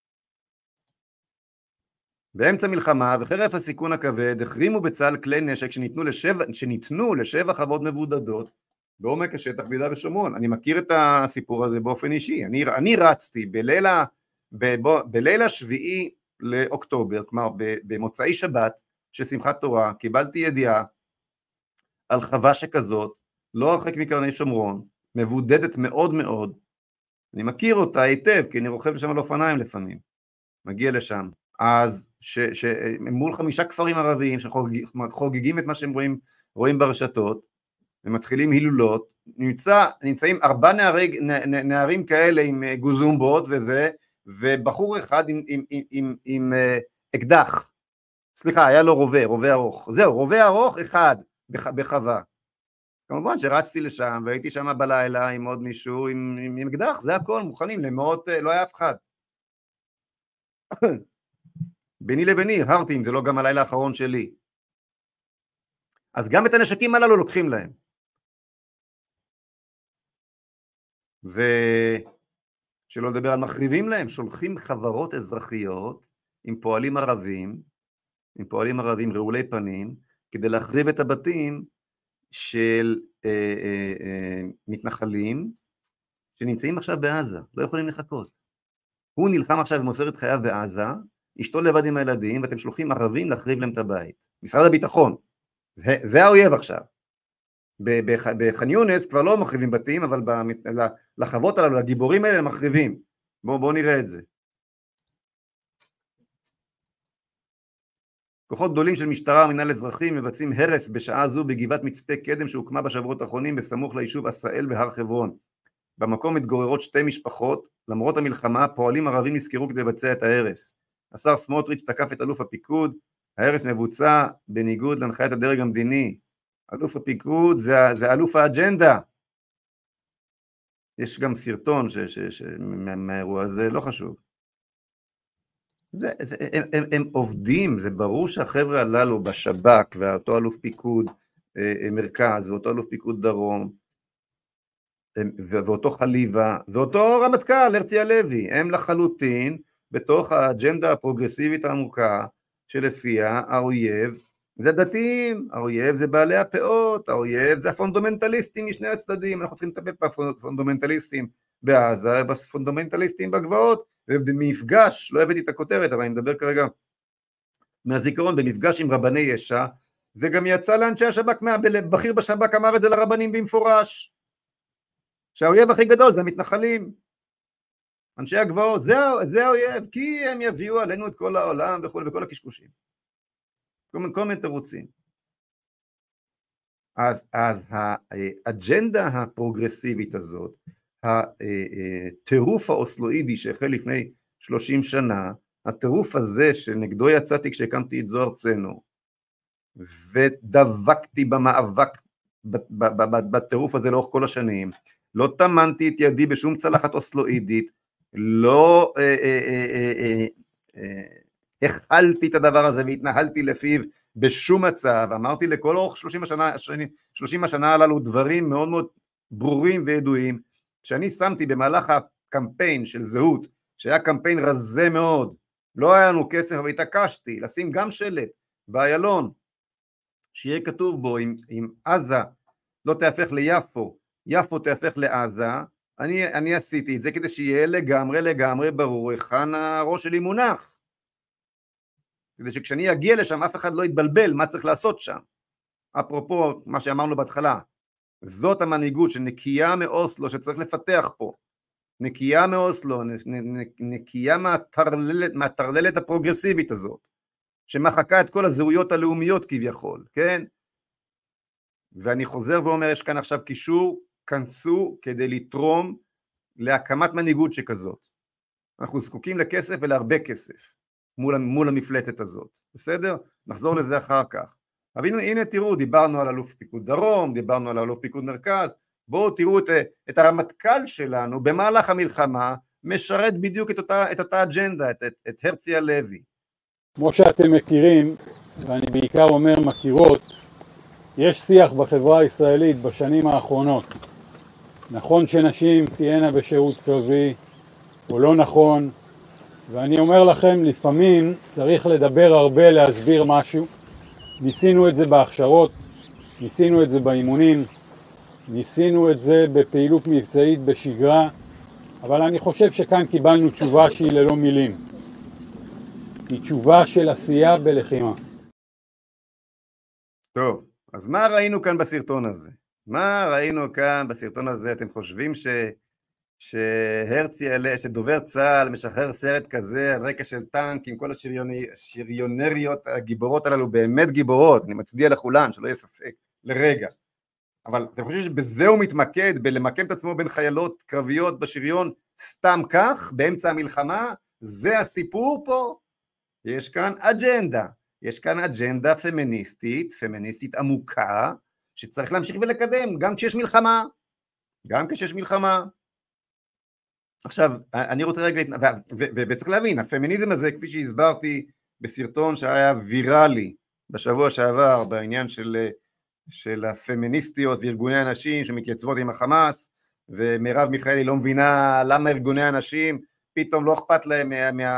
באמצע מלחמה וחרף הסיכון הכבד החרימו בצה"ל כלי נשק שניתנו לשבע חוות מבודדות בעומק השטח ביהודה ושומרון. אני מכיר את הסיפור הזה באופן אישי. אני רצתי בליל השביעי לאוקטובר, כלומר במוצאי שבת של שמחת תורה, קיבלתי ידיעה על חווה שכזאת, לא הרחק מקרני שומרון, מבודדת מאוד מאוד. אני מכיר אותה היטב, כי אני רוכב לשם על אופניים לפעמים, מגיע לשם. אז מול 5 כפרים ערביים שחוגגים את מה שהם רואים ברשתות, ומתחילים הילולות, נמצאים 4 נערים כאלה עם גוזומבות וזה, ובחור אחד עם אקדח, סליחה, היה לו רובה ארוך, זהו, רובה ארוך אחד בחווה. כמובן שרצתי לשם, והייתי שם בלילה עם עוד מישהו עם אקדח, זה הכל, מוכנים למאות, לא היה אף אחד. ביני לביני, הרתי אם זה לא גם הלילה האחרון שלי. אז גם את הנשקים הללו לוקחים להם. ושלא לדבר על מחריבים להם, שולחים חברות אזרחיות עם פועלים ערבים רעולי פנים, כדי להחריב את הבתים של מתנחלים שנמצאים עכשיו בעזה, לא יכולים לחכות. הוא נלחם עכשיו ומוסר את חייו בעזה, אשתו לבד עם הילדים, ואתם שולחים ערבים להחריב להם את הבית. משרד הביטחון, זה האויב עכשיו. בח'אן יונס כבר לא מחריבים בתים, אבל לחוות הללו, לגיבורים האלה, הם מחריבים. בואו נראה את זה. כוחות גדולים של משטרה ומינהל אזרחי מבצעים הרס בשעה זו בגבעת מצפה קדם שהוקמה בשבועות האחרונים בסמוך ליישוב עשאל בהר חברון. במקום מתגוררות 2 משפחות, למרות המלחמה פועלים ערבים נזכרו כדי לבצע את ההרס. השר סמוטריץ' תקף את אלוף הפיקוד, ההרס מבוצע בניגוד להנחיית הדרג המדיני. אלוף הפיקוד זה אלוף האג'נדה. יש גם סרטון מהאירוע הזה, לא חשוב. הם עובדים, זה ברור שהחבר'ה הללו בשב"כ, ואותו אלוף פיקוד מרכז, ואותו אלוף פיקוד דרום, ואותו חליבה, ואותו רמטכ"ל, הרצי הלוי, הם לחלוטין בתוך האג'נדה הפרוגרסיבית העמוקה, שלפיה האויב זה דתיים, האויב זה בעלי הפאות, האויב זה הפונדומנטליסטים משני הצדדים, אנחנו צריכים לטפל בפונדומנטליסטים בעזה, בפונדומנטליסטים בגבעות, ובמפגש, לא הבאתי את הכותרת, אבל אני מדבר כרגע מהזיכרון, במפגש עם רבני ישע, זה גם יצא לאנשי השב"כ, בכיר בשב"כ אמר את זה לרבנים במפורש, שהאויב הכי גדול זה המתנחלים, אנשי הגבעות, זה האויב, כי הם יביאו עלינו את כל העולם וכו' וכל הקשקושים. כל מיני תירוצים. אז האג'נדה הפרוגרסיבית הזאת, הטירוף האוסלואידי שהחל לפני 30 שנה, הטירוף הזה שנגדו יצאתי כשהקמתי את זו ארצנו, ודבקתי במאבק בטירוף הזה לאורך כל השנים, לא טמנתי את ידי בשום צלחת אוסלואידית, לא הכלתי את הדבר הזה והתנהלתי לפיו בשום מצב, אמרתי לכל אורך 30 השנה הללו דברים מאוד מאוד ברורים וידועים, שאני שמתי במהלך הקמפיין של זהות, שהיה קמפיין רזה מאוד, לא היה לנו כסף והתעקשתי לשים גם שלט באיילון, שיהיה כתוב בו אם עזה לא תהפך ליפו, יפו תהפך לעזה, אני עשיתי את זה כדי שיהיה לגמרי ברור היכן הראש שלי מונח, כדי שכשאני אגיע לשם אף אחד לא יתבלבל מה צריך לעשות שם. אפרופו מה שאמרנו בהתחלה, זאת המנהיגות שנקייה מאוסלו שצריך לפתח פה, נקייה מאוסלו, נקייה מהטרללת הפרוגרסיבית הזאת, שמחקה את כל הזהויות הלאומיות כביכול, כן? ואני חוזר ואומר, יש כאן עכשיו קישור, כנסו כדי לתרום להקמת מנהיגות שכזאת. אנחנו זקוקים לכסף ולהרבה כסף מול המפלטת הזאת, בסדר? נחזור לזה אחר כך. אבל הנה תראו, דיברנו על אלוף פיקוד דרום, דיברנו על אלוף פיקוד מרכז, בואו תראו את הרמטכ"ל שלנו במהלך המלחמה, משרת בדיוק את אותה אג'נדה, את הרצי הלוי. כמו שאתם מכירים, ואני בעיקר אומר מכירות, יש שיח בחברה הישראלית בשנים האחרונות. נכון שנשים תהיינה בשירות קרבי, או לא נכון, ואני אומר לכם, לפעמים צריך לדבר הרבה, להסביר משהו. ניסינו את זה בהכשרות, ניסינו את זה באימונים, ניסינו את זה בפעילות מבצעית בשגרה, אבל אני חושב שכאן קיבלנו תשובה שהיא ללא מילים. היא תשובה של עשייה בלחימה. טוב, אז מה ראינו כאן בסרטון הזה? אתם חושבים שהרצי עלה, שדובר צה"ל משחרר סרט כזה על רקע של טנק עם כל השריונריות הגיבורות הללו, באמת גיבורות, אני מצדיע לכולן, שלא יהיה ספק, לרגע. אבל אתם חושבים שבזה הוא מתמקד, בלמקם את עצמו בין חיילות קרביות בשריון סתם כך, באמצע המלחמה? זה הסיפור פה? יש כאן אג'נדה פמיניסטית עמוקה, שצריך להמשיך ולקדם, גם כשיש מלחמה. עכשיו, אני רוצה רגע, וצריך להבין, הפמיניזם הזה, כפי שהסברתי בסרטון שהיה ויראלי בשבוע שעבר, בעניין של הפמיניסטיות וארגוני הנשים שמתייצבות עם החמאס, ומרב מיכאלי לא מבינה למה ארגוני הנשים פתאום לא אכפת להם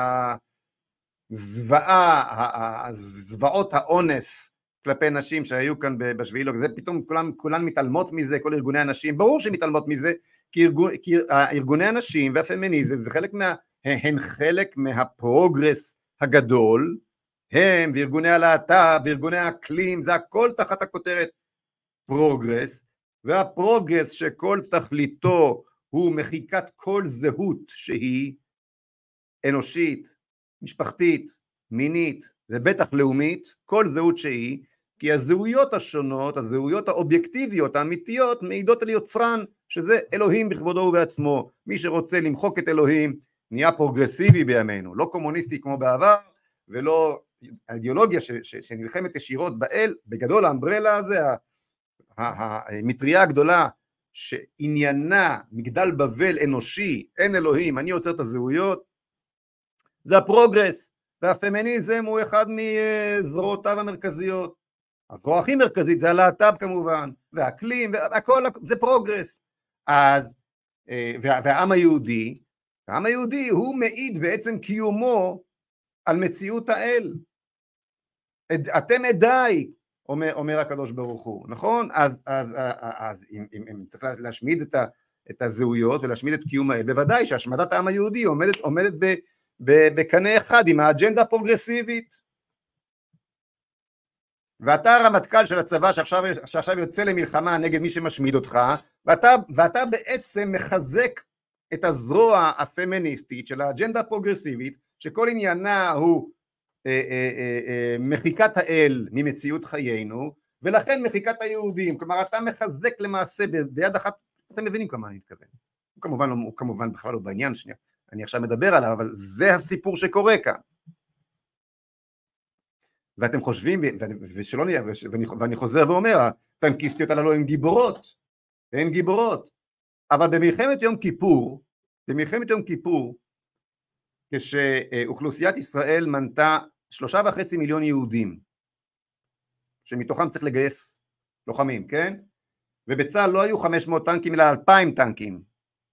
זוועות האונס כלפי נשים שהיו כאן בשביעי לאוקטובר, פתאום כולן מתעלמות מזה, כל ארגוני הנשים, ברור שמתעלמות מזה, כי ארגוני הנשים והפמיניזם הן חלק מהפרוגרס הגדול, הם וארגוני הלהט"ב וארגוני האקלים, זה הכל תחת הכותרת פרוגרס, והפרוגרס שכל תכליתו הוא מחיקת כל זהות שהיא אנושית, משפחתית, מינית ובטח לאומית, כל זהות שהיא, כי הזהויות השונות, הזהויות האובייקטיביות, האמיתיות, מעידות על יוצרן שזה אלוהים בכבודו ובעצמו. מי שרוצה למחוק את אלוהים נהיה פרוגרסיבי בימינו, לא קומוניסטי כמו בעבר, ולא האידיאולוגיה שנלחמת ישירות באל. בגדול האמברלה הזה, המטריה הגדולה שעניינה מגדל בבל אנושי, אין אלוהים, אני יוצר את הזהויות, זה הפרוגרס, והפמיניזם הוא אחד מזרועותיו המרכזיות. הזרוע הכי מרכזית זה הלהט"ב כמובן, והאקלים, והכל, זה פרוגרס. אז, והעם היהודי, העם היהודי הוא מעיד בעצם קיומו על מציאות האל. אתם עדיי, אומר הקדוש ברוך הוא, נכון? אז אם צריך להשמיד את הזהויות ולהשמיד את קיום האל, בוודאי שהשמדת העם היהודי עומדת בקנה אחד עם האג'נדה הפרוגרסיבית. ואתה הרמטכ"ל של הצבא שעכשיו יוצא למלחמה נגד מי שמשמיד אותך, ואתה בעצם מחזק את הזרוע הפמיניסטית של האג'נדה הפרוגרסיבית, שכל עניינה הוא מחיקת האל ממציאות חיינו, ולכן מחיקת היהודים. כלומר אתה מחזק למעשה ביד אחת, אתם מבינים כמה אני מתכוון. הוא כמובן בכלל לא בעניין שנייה, אני עכשיו מדבר עליו, אבל זה הסיפור שקורה כאן. ואתם חושבים, ואני חוזר ואומר, הטנקיסטיות הללו הן גיבורות, הן גיבורות, אבל במלחמת יום כיפור, כשאוכלוסיית ישראל מנתה 3.5 מיליון יהודים, שמתוכם צריך לגייס לוחמים, כן? ובצה"ל לא היו 500 טנקים, אלא 2,000 טנקים.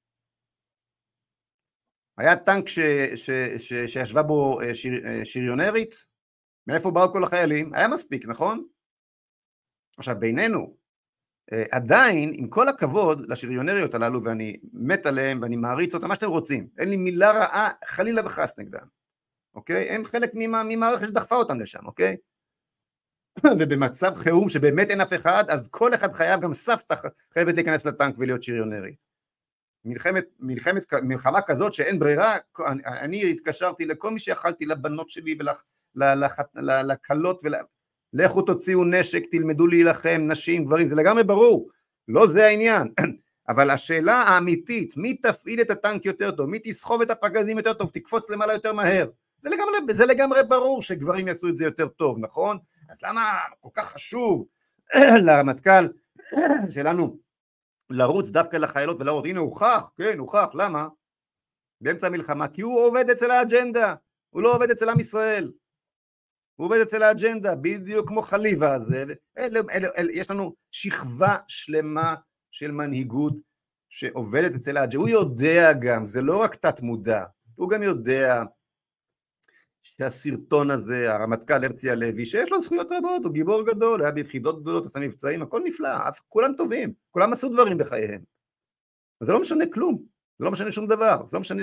היה טנק שישבה בו שריונרית, מאיפה באו כל החיילים? היה מספיק, נכון? עכשיו בינינו, עדיין עם כל הכבוד לשריונריות הללו, ואני מת עליהם ואני מעריץ אותם, מה שאתם רוצים, אין לי מילה רעה חלילה וחס נגדם, אוקיי? הם חלק ממערכת שדחפה אותם לשם, אוקיי? ובמצב חירום שבאמת אין אף אחד, אז כל אחד חייב, גם סבתא חייבת להיכנס לטנק ולהיות שריונרית. מלחמה כזאת שאין ברירה, אני התקשרתי לכל מי שיכלתי, לבנות שלי ולקלות, לכו תוציאו נשק, תלמדו להילחם, נשים, גברים, זה לגמרי ברור, לא זה העניין. אבל השאלה האמיתית, מי תפעיל את הטנק יותר טוב, מי תסחוב את הפגזים יותר טוב, תקפוץ למעלה יותר מהר, זה לגמרי ברור שגברים יעשו את זה יותר טוב, נכון? אז למה כל כך חשוב לרמטכ"ל שלנו לרוץ דווקא לחיילות ולהראות, הנה הוכח, כן הוכח, למה? באמצע המלחמה, כי הוא עובד אצל האג'נדה, הוא לא עובד אצל עם ישראל, הוא עובד אצל האג'נדה, בדיוק כמו חליבה הזה. יש לנו שכבה שלמה של מנהיגות שעובדת אצל האג'נדה, הוא יודע גם, זה לא רק תת מודע, הוא גם יודע שהסרטון הזה, הרמטכ"ל הרצי הלוי, שיש לו זכויות רבות, הוא גיבור גדול, היה ביחידות גדולות, עשה מבצעים, הכל נפלא, כולם טובים, כולם עשו דברים בחייהם. זה לא משנה כלום, זה לא משנה שום דבר, זה לא משנה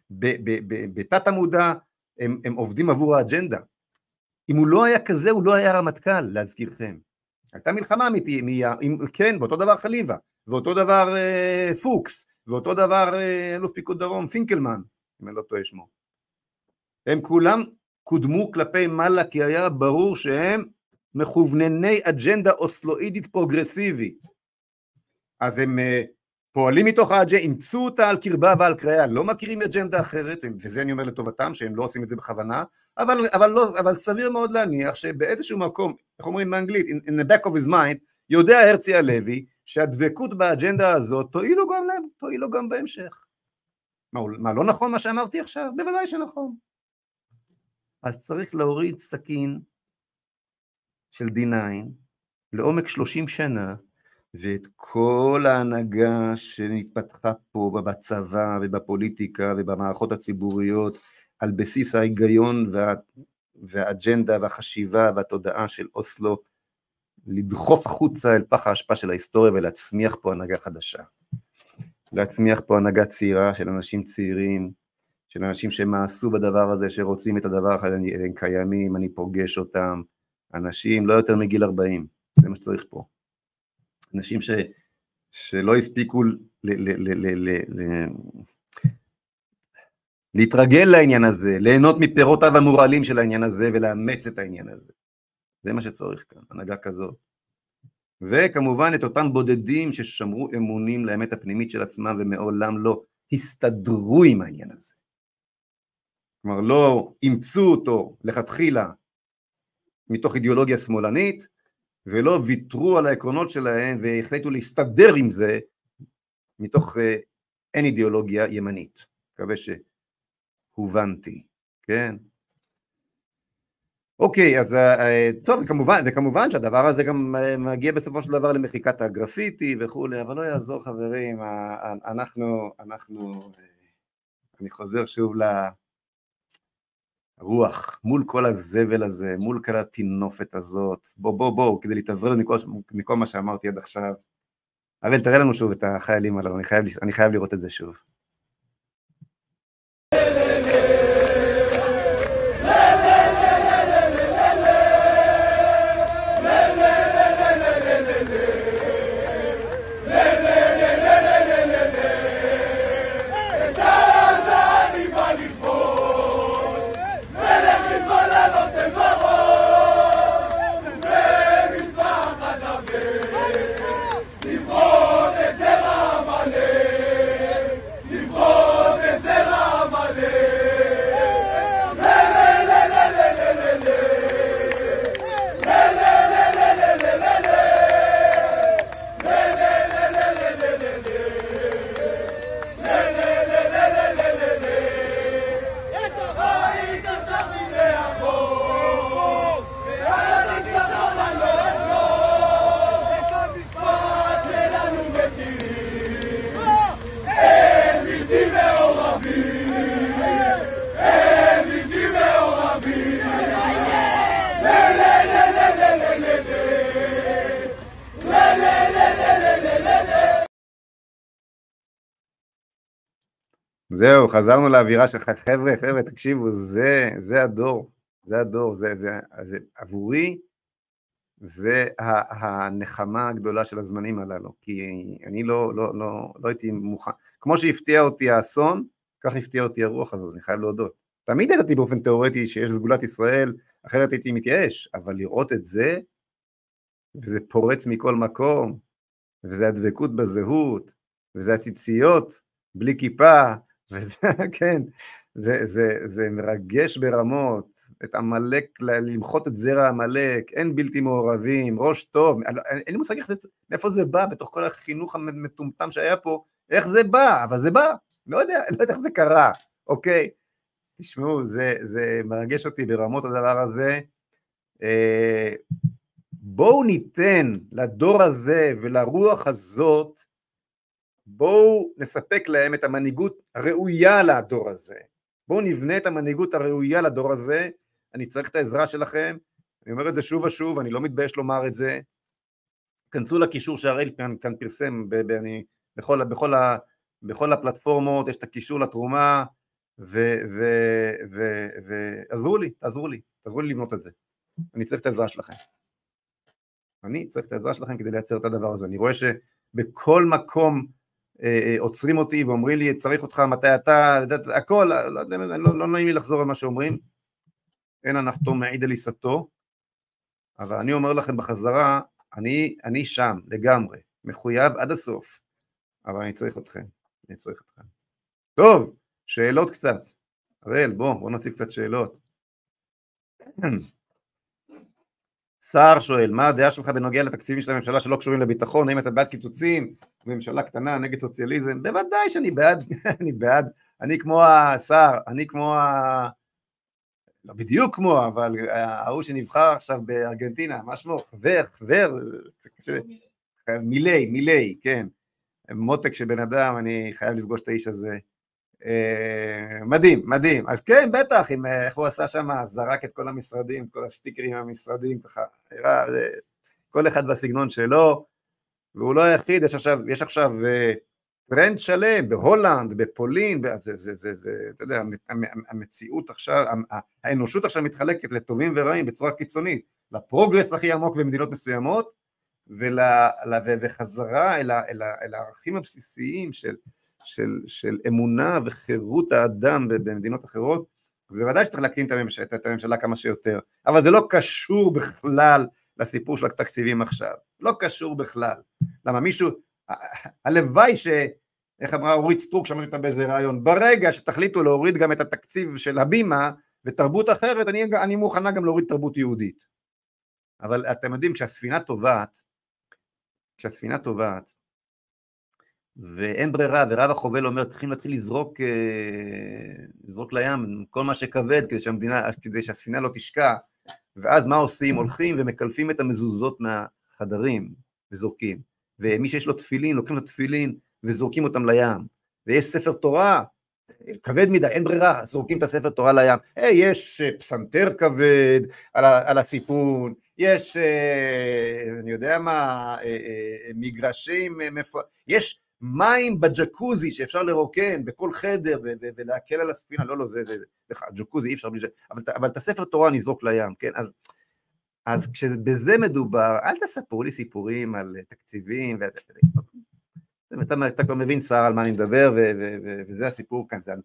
שבתת המודע הם עובדים עבור האג'נדה. אם הוא לא היה כזה, הוא לא היה רמטכ"ל, להזכירכם. הייתה מלחמה אמיתית, כן, באותו דבר חליבה, ואותו דבר פוקס, ואותו דבר אלוף פיקוד דרום, פינקלמן, אם אני לא טועה שמו. הם כולם קודמו כלפי מעלה, כי היה ברור שהם מכוונני אג'נדה אוסלואידית פרוגרסיבית. אז הם פועלים מתוך האג'נדה, אימצו אותה על קרבה ועל קריאה, לא מכירים אג'נדה אחרת, וזה אני אומר לטובתם, שהם לא עושים את זה בכוונה, אבל סביר מאוד להניח שבאיזשהו מקום, איך אומרים באנגלית, in the back of his mind, יודע הרצי הלוי, שהדבקות באג'נדה הזאת תועילו גם בהמשך. מה, לא נכון מה שאמרתי עכשיו? בוודאי שנכון. אז צריך להוריד סכין של D9 לעומק 30 שנה, ואת כל ההנהגה שנתפתחה פה בצבא ובפוליטיקה ובמערכות הציבוריות, על בסיס ההיגיון והאג'נדה והחשיבה והתודעה של אוסלו, לדחוף החוצה אל פח ההשפעה של ההיסטוריה ולהצמיח פה הנהגה חדשה. להצמיח פה הנהגה צעירה של אנשים צעירים, של אנשים שמעשו בדבר הזה, שרוצים את הדבר הזה, הם קיימים, אני פוגש אותם, אנשים לא יותר מגיל 40, זה מה שצריך פה. אנשים שלא הספיקו להתרגל לעניין הזה, ליהנות מפירותיו המורלים של העניין הזה, ולאמץ את העניין הזה. זה מה שצריך כאן, הנהגה כזאת. וכמובן את אותם בודדים ששמרו אמונים לאמת הפנימית של עצמם ומעולם לא הסתדרו עם העניין הזה. כלומר לא אימצו אותו לכתחילה מתוך אידיאולוגיה שמאלנית, ולא ויתרו על העקרונות שלהם והחליטו להסתדר עם זה מתוך אין אידיאולוגיה ימנית. מקווה שהובנתי, כן? אוקיי, אז טוב, וכמובן שהדבר הזה גם מגיע בסופו של דבר למחיקת הגרפיטי וכו', אבל לא יעזור חברים, אני חוזר שוב לרוח, מול כל הזבל הזה, מול כל התינופת הזאת, בואו, כדי להתעזר מכל מה שאמרתי עד עכשיו, אבל תראה לנו שוב את החיילים הללו, אני חייב לראות את זה שוב. זהו, חזרנו לאווירה שלך, חבר'ה, תקשיבו, זה הדור, עבורי, זה הנחמה הגדולה של הזמנים הללו, כי אני לא הייתי מוכן, כמו שהפתיע אותי האסון, כך הפתיע אותי הרוח הזאת, אני חייב להודות. תמיד ידעתי באופן תיאורטי שיש סגולת ישראל, אחרת הייתי מתייאש, אבל לראות את זה, וזה פורץ מכל מקום, וזה הדבקות בזהות, וזה הציציות, בלי כיפה, וזה, כן, זה מרגש ברמות, את עמלק, למחות את זרע עמלק, אין בלתי מעורבים, ראש טוב, אין לי מושג מאיפה זה בא, בתוך כל החינוך המטומטם שהיה פה, איך זה בא, אבל זה בא, לא יודע איך זה קרה, אוקיי, תשמעו, זה מרגש אותי ברמות הדבר הזה, בואו ניתן לדור הזה ולרוח הזאת, בואו נספק להם את המנהיגות הראויה לדור הזה, בואו נבנה את המנהיגות הראויה לדור הזה, אני צריך את העזרה שלכם, אני אומר את זה שוב ושוב, אני לא מתבייש לומר את זה, כנסו לקישור שהראל כאן פרסם, בכל הפלטפורמות, יש את הקישור לתרומה, ועזרו לי, תעזרו לי לבנות את זה, אני צריך את העזרה שלכם, כדי לייצר את הדבר הזה, אני רואה שבכל מקום, עוצרים אותי ואומרים לי, צריך אותך, מתי אתה, הכל, לא נעים לי לחזור על מה שאומרים, אין הנחתום מעיד על עיסתו, אבל אני אומר לכם בחזרה, אני שם לגמרי, מחויב עד הסוף, אבל אני צריך אתכם. טוב, שאלות קצת, הראל, בוא נציג קצת שאלות. שר שואל, מה הדעה שלך בנוגע לתקציבים של הממשלה שלא קשורים לביטחון, האם אתה בעד קיצוצים, ממשלה קטנה נגד סוציאליזם? בוודאי שאני בעד, אני כמו השר, לא בדיוק כמו, אבל ההוא שנבחר עכשיו בארגנטינה, מה שמו, חבר, מילי, כן, מותק שבן אדם, אני חייב לפגוש את האיש הזה, מדהים, אז כן, בטח, איך הוא עשה שם, זרק את כל המשרדים, כל הסטיקרים המשרדים, ככה, כל אחד בסגנון שלו, והוא לא היחיד, יש עכשיו טרנד שלם, בהולנד, בפולין, אתה יודע, המציאות עכשיו, האנושות עכשיו מתחלקת לטובים ורעים בצורה קיצונית, לפרוגרס הכי עמוק במדינות מסוימות, וחזרה אל הערכים הבסיסיים של אמונה וחירות האדם במדינות אחרות, אז בוודאי שצריך להקטין את הממשלה כמה שיותר, אבל זה לא קשור בכלל לסיפור של התקציבים עכשיו, לא קשור בכלל, למה מישהו, הלוואי איך אמרה אורית סטרוק, שמעתי אותה באיזה רעיון, ברגע שתחליטו להוריד גם את התקציב של הבימה, ותרבות אחרת, אני מוכנה גם להוריד תרבות יהודית, אבל אתם יודעים, כשהספינה טובעת, ואין ברירה, ורב החובל אומר, צריכים להתחיל לזרוק לים כל מה שכבד, כדי שהספינה לא תשקע, ואז מה עושים? הולכים ומקלפים את המזוזות מהחדרים, וזורקים, ומי שיש לו תפילין, לוקחים את התפילין, וזורקים אותם לים, ויש ספר תורה, כבד מדי, אין ברירה, זורקים את הספר תורה לים, יש פסנתר כבד על הסיפון, יש, אני יודע מה, מגרשים, יש מים בג'קוזי שאפשר לרוקן בכל חדר ולהקל על הספינה, לא, ג'קוזי אי אפשר, אבל את הספר תורה נזרוק לים, כן, אז כשבזה מדובר, אל תספרו לי סיפורים על תקציבים, אתה כבר מבין שר על מה אני מדבר, וזה הסיפור כאן, זה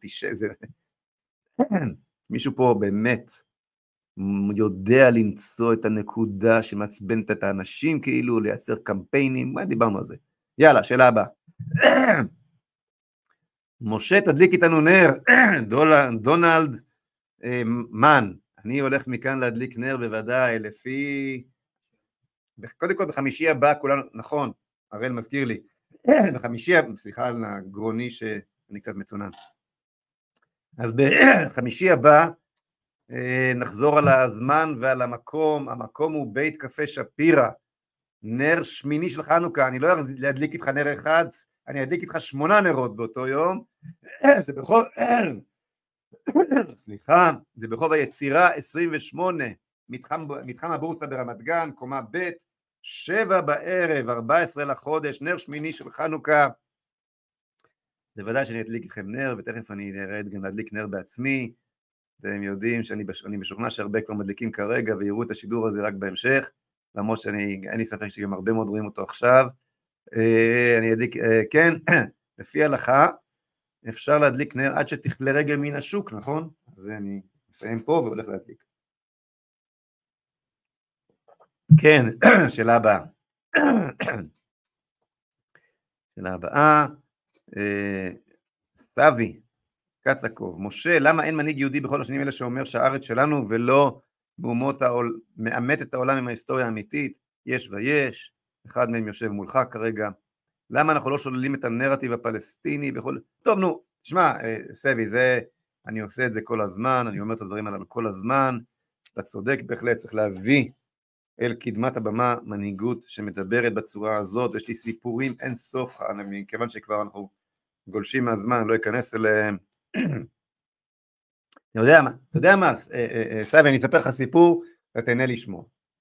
מישהו פה באמת יודע למצוא את הנקודה שמעצבנת את האנשים, כאילו לייצר קמפיינים, מה דיברנו על זה? יאללה, שאלה הבאה. משה, תדליק איתנו נר, דונלד מן, אני הולך מכאן להדליק נר בוודאי, קודם כל בחמישי הבא, כולנו, נכון, הראל מזכיר לי, בחמישי, סליחה על הגרוני שאני קצת מצונן, אז בחמישי הבא, נחזור על הזמן ועל המקום, המקום הוא בית קפה שפירא, נר שמיני של חנוכה, אני לא אדליק איתך נר אחד, אני אדליק איתך 8 נרות באותו יום, זה סליחה, זה ברחוב היצירה 28, מתחם הבורסה ברמת גן, קומה ב', 7 בערב, 14 לחודש, נר שמיני של חנוכה, בוודאי שאני אדליק איתכם נר, ותכף אני ארד גם להדליק נר בעצמי, אתם יודעים שאני משוכנע שהרבה כבר מדליקים כרגע, ויראו את השידור הזה רק בהמשך, למרות אין לי ספק שגם הרבה מאוד רואים אותו עכשיו, אני אדליק, כן, לפי הלכה, אפשר להדליק נר עד שתכלה רגל מן השוק, נכון? אז אני מסיים פה והולך להדליק. כן, שאלה הבאה. שאלה הבאה, סבי, קצקוב, משה, למה אין מנהיג יהודי בכל השנים האלה שאומר שהארץ שלנו ולא מאמת את העולם עם ההיסטוריה האמיתית? יש ויש, אחד מהם יושב מולך כרגע, למה אנחנו לא שוללים את הנרטיב הפלסטיני בכל... טוב, נו, תשמע, סבי, אני עושה את זה כל הזמן, אני אומר את הדברים הללו כל הזמן, אתה צודק בהחלט, צריך להביא אל קדמת הבמה מנהיגות שמדברת בצורה הזאת, יש לי סיפורים אין סוף, כיוון שכבר אנחנו גולשים מהזמן, לא אכנס אליהם. אתה יודע מה, סבי, אני אספר לך סיפור, אתה תהנה לשמוע.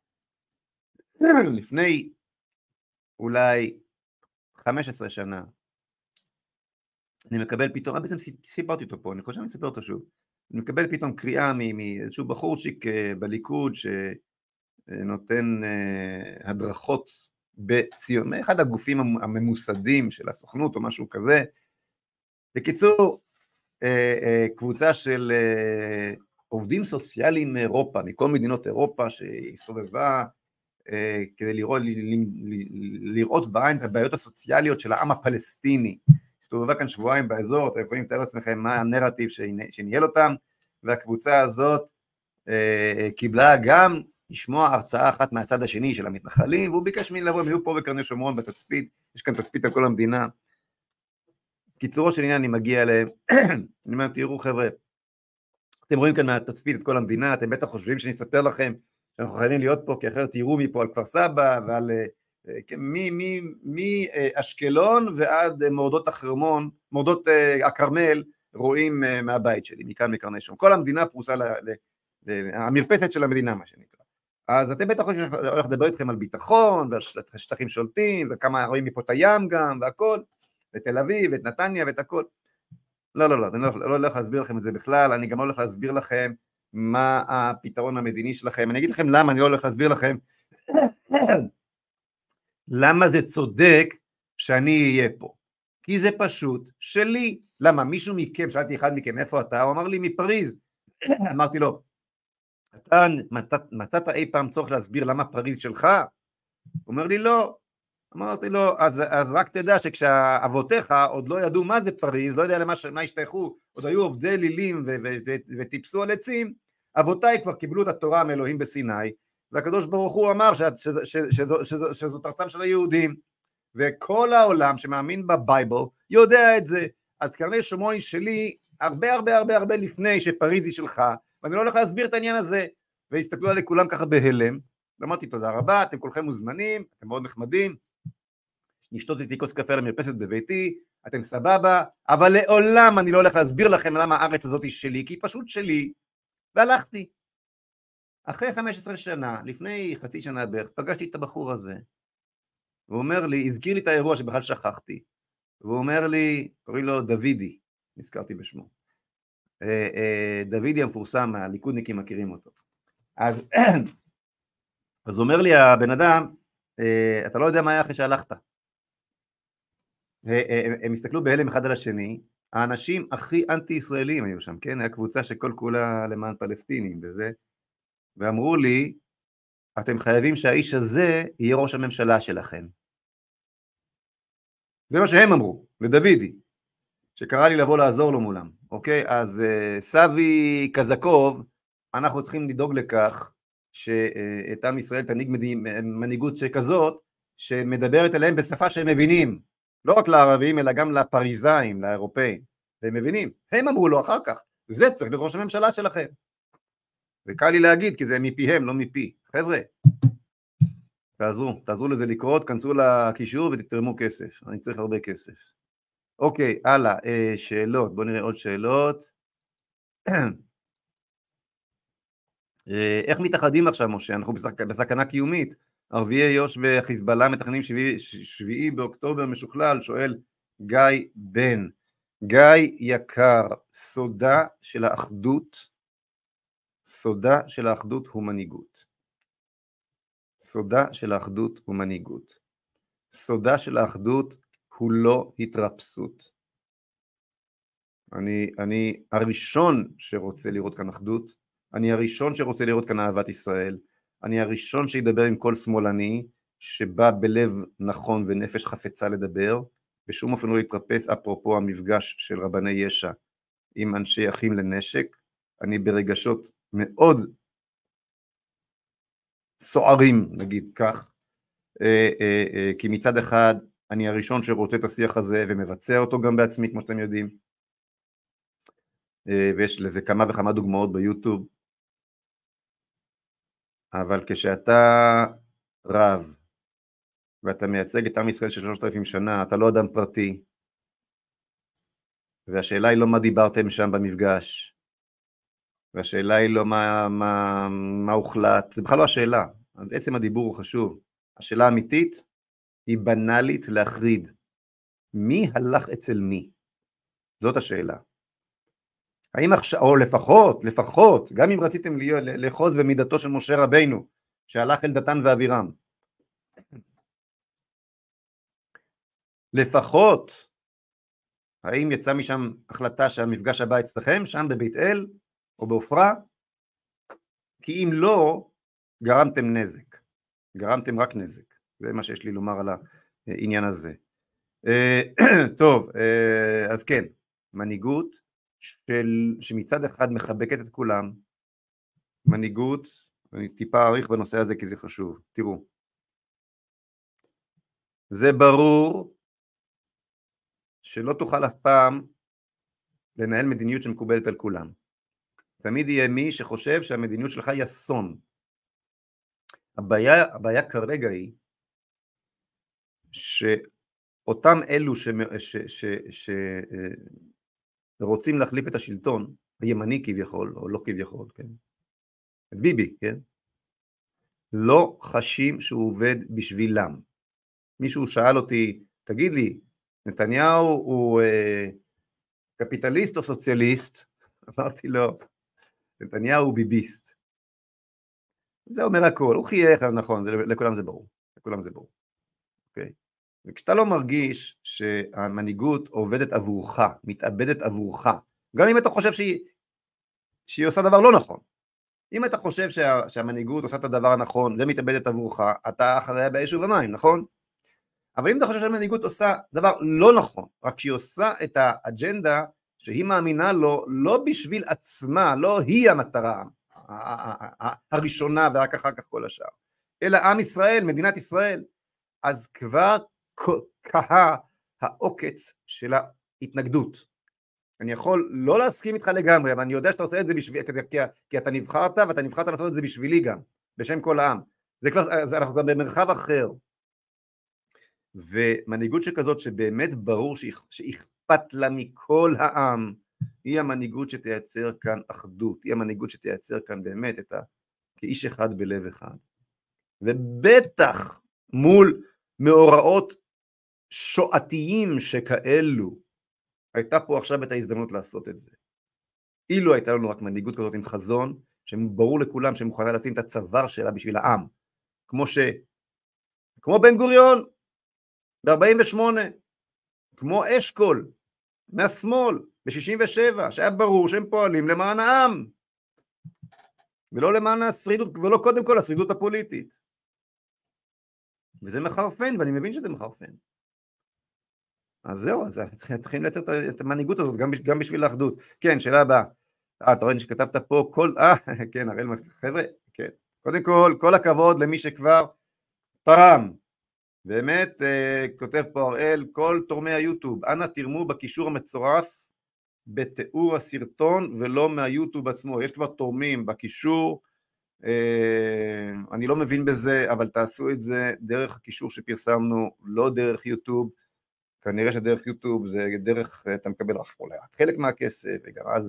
לפני אולי 15 שנה, אני מקבל פתאום, בעצם סיפרתי אותו פה, אני חושב שאני אספר אותו שוב, אני מקבל פתאום קריאה מאיזשהו בחורצ'יק בליכוד, שנותן הדרכות בציון, מאחד הגופים הממוסדים של הסוכנות או משהו כזה, בקיצור, קבוצה של עובדים סוציאליים מאירופה, מכל מדינות אירופה שהסתובבה, כדי לראות בעין את הבעיות הסוציאליות של העם הפלסטיני, הסתובבה כאן שבועיים באזור, אתם יכולים לתאר לעצמכם מה הנרטיב שניהל אותם, והקבוצה הזאת קיבלה גם לשמוע הרצאה אחת מהצד השני של המתנחלים, והוא ביקש ממני לבוא, הם היו פה בקרני שומרון בתצפית, יש כאן תצפית על כל המדינה, קיצורו של עניין אני מגיע אליהם, אני אומר, תראו חבר'ה, אתם רואים כאן מהתצפית את כל המדינה, אתם בטח חושבים שאני אספר לכם, שאנחנו חייבים להיות פה, כי אחרת תראו מפה על כפר סבא, ועל מאשקלון ועד מורדות החרמון, מורדות הכרמל, רואים מהבית שלי, מכאן מקרני שומרון, כל המדינה פרוסה המרפסת של המדינה, מה שנקרא. אז אתם בטח חושבים שאני הולך לדבר איתכם על ביטחון, ועל שטחים שולטים, וכמה רואים מפה את הים גם, והכל, ותל אביב, ואת נתניה, ואת הכל. לא, אני לא הולך להסביר לכם את זה בכלל, אני גם לא הולך להסביר לכם מה הפתרון המדיני שלכם, אני אגיד לכם למה, אני לא הולך להסביר לכם, למה זה צודק שאני אהיה פה, כי זה פשוט שלי. למה? מישהו מכם, שאלתי אחד מכם, איפה אתה? הוא אמר לי מפריז, אמרתי לו, אתה מצאת אי פעם צורך להסביר למה פריז שלך? הוא אומר לי לא. אמרתי לו, אז רק תדע שכשאבותיך עוד לא ידעו מה זה פריז, לא יודע למה השתייכו, עוד היו עובדי לילים וטיפסו על עצים, אבותיי כבר קיבלו את התורה מאלוהים בסיני, והקדוש ברוך הוא אמר שזאת ארצם של היהודים, וכל העולם שמאמין בבייבל יודע את זה. אז קרני שומרוני שלי הרבה הרבה הרבה הרבה לפני שפריז היא שלך, ואני לא הולך להסביר את העניין הזה. והסתכלו עלי כולם ככה בהלם, ואמרתי תודה רבה, אתם כולכם מוזמנים, אתם מאוד נחמדים, נשתות איתי כוס קפה למרפסת בביתי, אתם סבבה, אבל לעולם אני לא הולך להסביר לכם למה הארץ הזאת היא שלי, כי היא פשוט שלי. והלכתי. אחרי 15 שנה, לפני חצי שנה בערך, פגשתי את הבחור הזה, הוא אומר לי, הזכיר לי את האירוע שבכלל שכחתי, והוא אומר לי, קוראים לו דוידי, נזכרתי בשמו, דוידי המפורסם, הליכודניקים מכירים אותו. אז אומר לי הבן אדם, אתה לא יודע מה היה אחרי שהלכת. הם הסתכלו בהלם אחד על השני, האנשים הכי אנטי ישראלים היו שם, כן? היה קבוצה שכל כולה למען פלסטינים וזה, ואמרו לי, אתם חייבים שהאיש הזה יהיה ראש הממשלה שלכם. זה מה שהם אמרו, לדוידי, שקרא לי לבוא לעזור לו מולם, אוקיי? אז סבי קזקוב, אנחנו צריכים לדאוג לכך, שאת עם ישראל תנהיג מנהיגות שכזאת, שמדברת אליהם בשפה שהם מבינים, לא רק לערבים, אלא גם לפריזאים, לאירופאים, והם מבינים. הם אמרו לו אחר כך, זה צריך להיות ראש הממשלה שלכם. וקל לי להגיד, כי זה מפיהם, לא מפי. חבר'ה, תעזרו לזה לקרות, כנסו לקישור ותתרמו כסף. אני צריך הרבה כסף. אוקיי, הלאה, שאלות, בואו נראה עוד שאלות. איך מתאחדים עכשיו, משה? אנחנו בסכנה קיומית. ערביי יו"ש וחיזבאללה מתכננים 7 באוקטובר משוכלל, שואל גיא בן. גיא יקר, סודה של האחדות הוא מנהיגות. סודה של האחדות הוא מנהיגות. סודה של האחדות הוא לא התרפסות. אני הראשון שרוצה לראות כאן אחדות, אני הראשון שרוצה לראות כאן אהבת ישראל, אני הראשון שידבר עם כל שמאלני שבא בלב נכון ונפש חפצה לדבר, בשום אופן לא להתרפס. אפרופו המפגש של רבני ישע עם אנשי אחים לנשק, אני ברגשות מאוד סוערים, נגיד כך, כי מצד אחד אני הראשון שרוצה את השיח הזה ומבצע אותו גם בעצמי, כמו שאתם יודעים, ויש לזה כמה וכמה דוגמאות ביוטיוב, אבל כשאתה רב ואתה מייצג את עם ישראל של 3,000 שנה, אתה לא אדם פרטי, והשאלה היא לא מה דיברתם שם במפגש, והשאלה היא לא מה הוחלט, זה בכלל לא השאלה, עצם הדיבור הוא חשוב. השאלה האמיתית היא בנאלית להחריד, מי הלך אצל מי? זאת השאלה. האם עכשיו, או לפחות, גם אם רציתם לאחוז במידתו של משה רבינו, שהלך אל דתן ואבירם, לפחות, האם יצא משם החלטה שהמפגש הבא אצלכם, שם בבית אל, או באופרה? כי אם לא, גרמתם נזק, גרמתם רק נזק, זה מה שיש לי לומר על העניין הזה. טוב, אז כן, מנהיגות שמצד אחד מחבקת את כולם, מנהיגות, אני טיפה אריך בנושא הזה כי זה חשוב, תראו, זה ברור שלא תוכל אף פעם לנהל מדיניות שמקובלת על כולם, תמיד יהיה מי שחושב שהמדיניות שלך היא אסון. הבעיה כרגע היא שאותם אלו שרוצים להחליף את השלטון, הימני כביכול, או לא כביכול, כן? את ביבי, כן? לא חשים שהוא עובד בשבילם. מישהו שאל אותי, תגיד לי, נתניהו הוא קפיטליסט או סוציאליסט? אמרתי לו, נתניהו הוא ביביסט. זה אומר הכל, הוא חייך, נכון, לכולם זה ברור, לכולם זה ברור, אוקיי? וכשאתה לא מרגיש שהמנהיגות עובדת עבורך, מתאבדת עבורך, גם אם אתה חושב שהיא עושה דבר לא נכון, אם אתה חושב שהמנהיגות עושה את הדבר הנכון ומתאבדת עבורך, אתה אחריה באש ובמים, נכון? אבל אם אתה חושב שהמנהיגות עושה דבר לא נכון, רק שהיא עושה את האג'נדה שהיא מאמינה לו, לא בשביל עצמה, לא היא המטרה הראשונה ורק אחר כך כל השאר, אלא עם ישראל, מדינת ישראל, אז כבר קהה העוקץ של ההתנגדות. אני יכול לא להסכים איתך לגמרי, אבל אני יודע שאתה עושה את זה בשביל, כי אתה נבחרת, ואתה נבחרת לעשות את זה בשבילי גם, בשם כל העם. זה כבר, אנחנו גם במרחב אחר. ומנהיגות שכזאת שבאמת ברור שאכפת לה מכל העם, היא המנהיגות שתייצר כאן אחדות, היא המנהיגות שתייצר כאן באמת כאיש אחד בלב אחד. ובטח מול מאורעות שואתיים שכאלו, הייתה פה עכשיו את ההזדמנות לעשות את זה. אילו הייתה לנו רק מנהיגות כזאת עם חזון, שברור לכולם שמוכנה לשים את הצוואר שלה בשביל העם, כמו בן גוריון, ב-48, כמו אשכול, מהשמאל, ב-67, שהיה ברור שהם פועלים למען העם, ולא למען השרידות, ולא קודם כל השרידות הפוליטית. וזה מחרפן, ואני מבין שזה מחרפן. אז זהו, אז צריכים לייצר את המנהיגות הזאת, גם בשביל האחדות. כן, שאלה הבאה. אתה רואה שכתבת פה כן, הראל מסכים, חבר'ה, כן. קודם כל הכבוד למי שכבר תרם. באמת, כותב פה הראל, כל תורמי היוטיוב, אנא תרמו בקישור המצורף בתיאור הסרטון ולא מהיוטיוב עצמו. יש כבר תורמים בקישור, אני לא מבין בזה, אבל תעשו את זה דרך הקישור שפרסמנו, לא דרך יוטיוב. כנראה שדרך יוטיוב זה דרך, אתה מקבל חלק מהכסף, וגם אז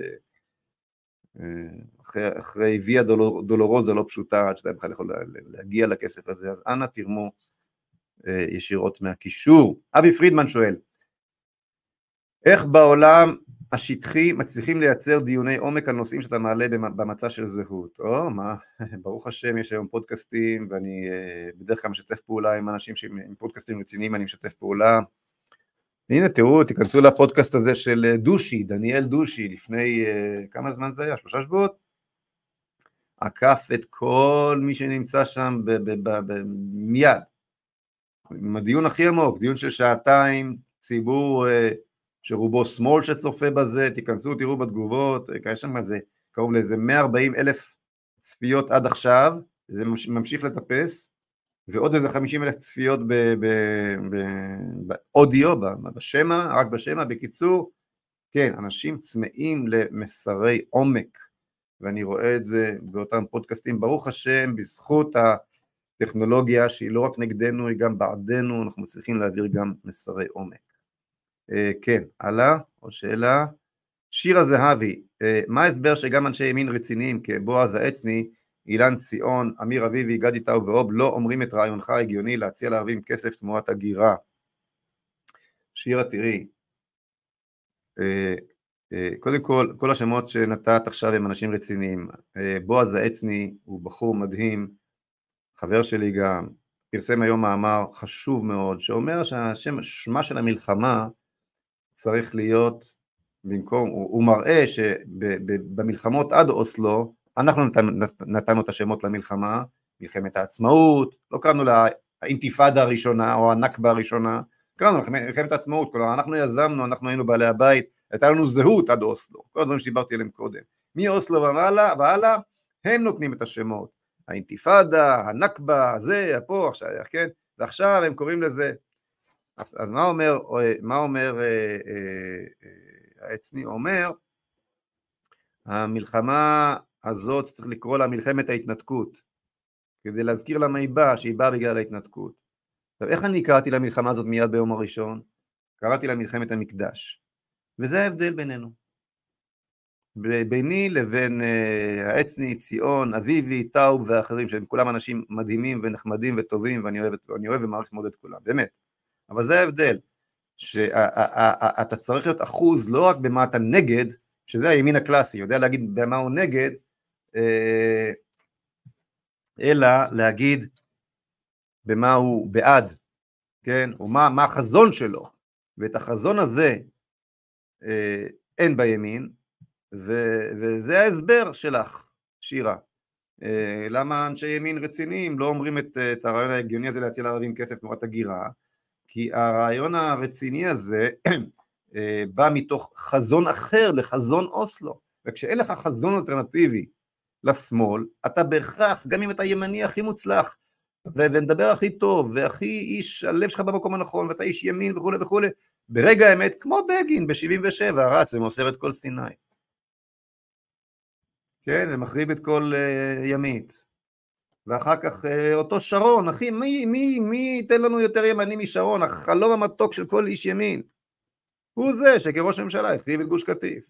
אחרי ויה דולורוזה לא פשוטה, עד שאתה בכלל יכול להגיע לכסף הזה, אז אנא תרמו ישירות מהקישור. אבי פרידמן שואל, איך בעולם השטחי מצליחים לייצר דיוני עומק על נושאים שאתה מעלה במצע של זהות? ברוך השם, יש היום פודקאסטים, ואני בדרך כלל משתף פעולה עם אנשים עם פודקאסטים רציניים, אני משתף פעולה. הנה תראו, תיכנסו לפודקאסט הזה של דושי, דניאל דושי, לפני כמה זמן זה היה? 3 שבועות? עקף את כל מי שנמצא שם מיד. עם הדיון הכי עמוק, דיון של 2 ציבור שרובו שמאל שצופה בזה, תיכנסו, תראו בתגובות, יש שם איזה, קרוב לאיזה 140,000 צפיות עד עכשיו, זה ממשיך לטפס, ועוד איזה 50,000 צפיות באודיו, בשמה, רק בשמה, בקיצור, כן, אנשים צמאים למסרי עומק, ואני רואה את זה באותם פודקאסטים, ברוך השם, בזכות הטכנולוגיה, שהיא לא רק נגדנו, היא גם בעדנו, אנחנו מצליחים להעביר גם מסרי עומק. כן, הלאה, או שאלה, שירה זהבי, מה ההסבר שגם אנשי ימין רציניים כבועז העצני, אילן ציון, אמיר אביבי, גדי טאו ואוב לא אומרים את רעיונך הגיוני להציע לערבים כסף תמורת הגירה? שירה, תראי, קודם כל השמות שנתת עכשיו הם אנשים רציניים. בועז העצני הוא בחור מדהים, חבר שלי גם, פרסם היום מאמר חשוב מאוד, שאומר ששמה של המלחמה צריך להיות במקום, הוא מראה שבמלחמות עד אוסלו, אנחנו נתנו את השמות למלחמה, מלחמת העצמאות, לא קראנו לה האינתיפאדה הראשונה או הנכבה הראשונה, קראנו מלחמת העצמאות, כלומר אנחנו יזמנו, אנחנו היינו בעלי הבית, הייתה לנו זהות עד אוסלו, כל הדברים שדיברתי עליהם קודם, מאוסלו והלאה, הם נותנים את השמות, האינתיפאדה, הנכבה, זה, פה, עכשיו, כן, ועכשיו הם קוראים לזה, אז מה אומר העצני? אומר, המלחמה הזאת צריך לקרוא לה מלחמת ההתנתקות, כדי להזכיר למה היא באה, שהיא באה בגלל ההתנתקות. עכשיו, איך אני קראתי למלחמה הזאת מיד ביום הראשון? קראתי לה מלחמת המקדש, וזה ההבדל בינינו. ביני לבין העצני, ציון, אביבי, טאוב ואחרים, שהם כולם אנשים מדהימים ונחמדים וטובים, ואני אוהב ומעריך מאוד את כולם, באמת. אבל זה ההבדל, שאתה צריך להיות אחוז לא רק במה אתה נגד, שזה הימין הקלאסי, יודע להגיד במה הוא נגד, אלא להגיד במה הוא בעד, כן? או מה החזון שלו, ואת החזון הזה אין בימין, וזה ההסבר שלך, שירה. למה אנשי ימין רציניים לא אומרים את הרעיון ההגיוני הזה להציע לערבים כסף תמורת הגירה? כי הרעיון הרציני הזה בא מתוך חזון אחר לחזון אוסלו, וכשאין לך חזון אלטרנטיבי לשמאל, אתה בהכרח, גם אם אתה ימני הכי מוצלח, ומדבר הכי טוב, והכי איש, הלב שלך במקום הנכון, ואתה איש ימין וכו' וכו', ברגע האמת, כמו בגין ב-77, רץ ומוסר את כל סיני. כן, ומחריב את כל ימית. ואחר כך אותו שרון, אחי, מי ייתן לנו יותר ימני משרון? החלום המתוק של כל איש ימין. הוא זה שכראש הממשלה החריב את גוש קטיף.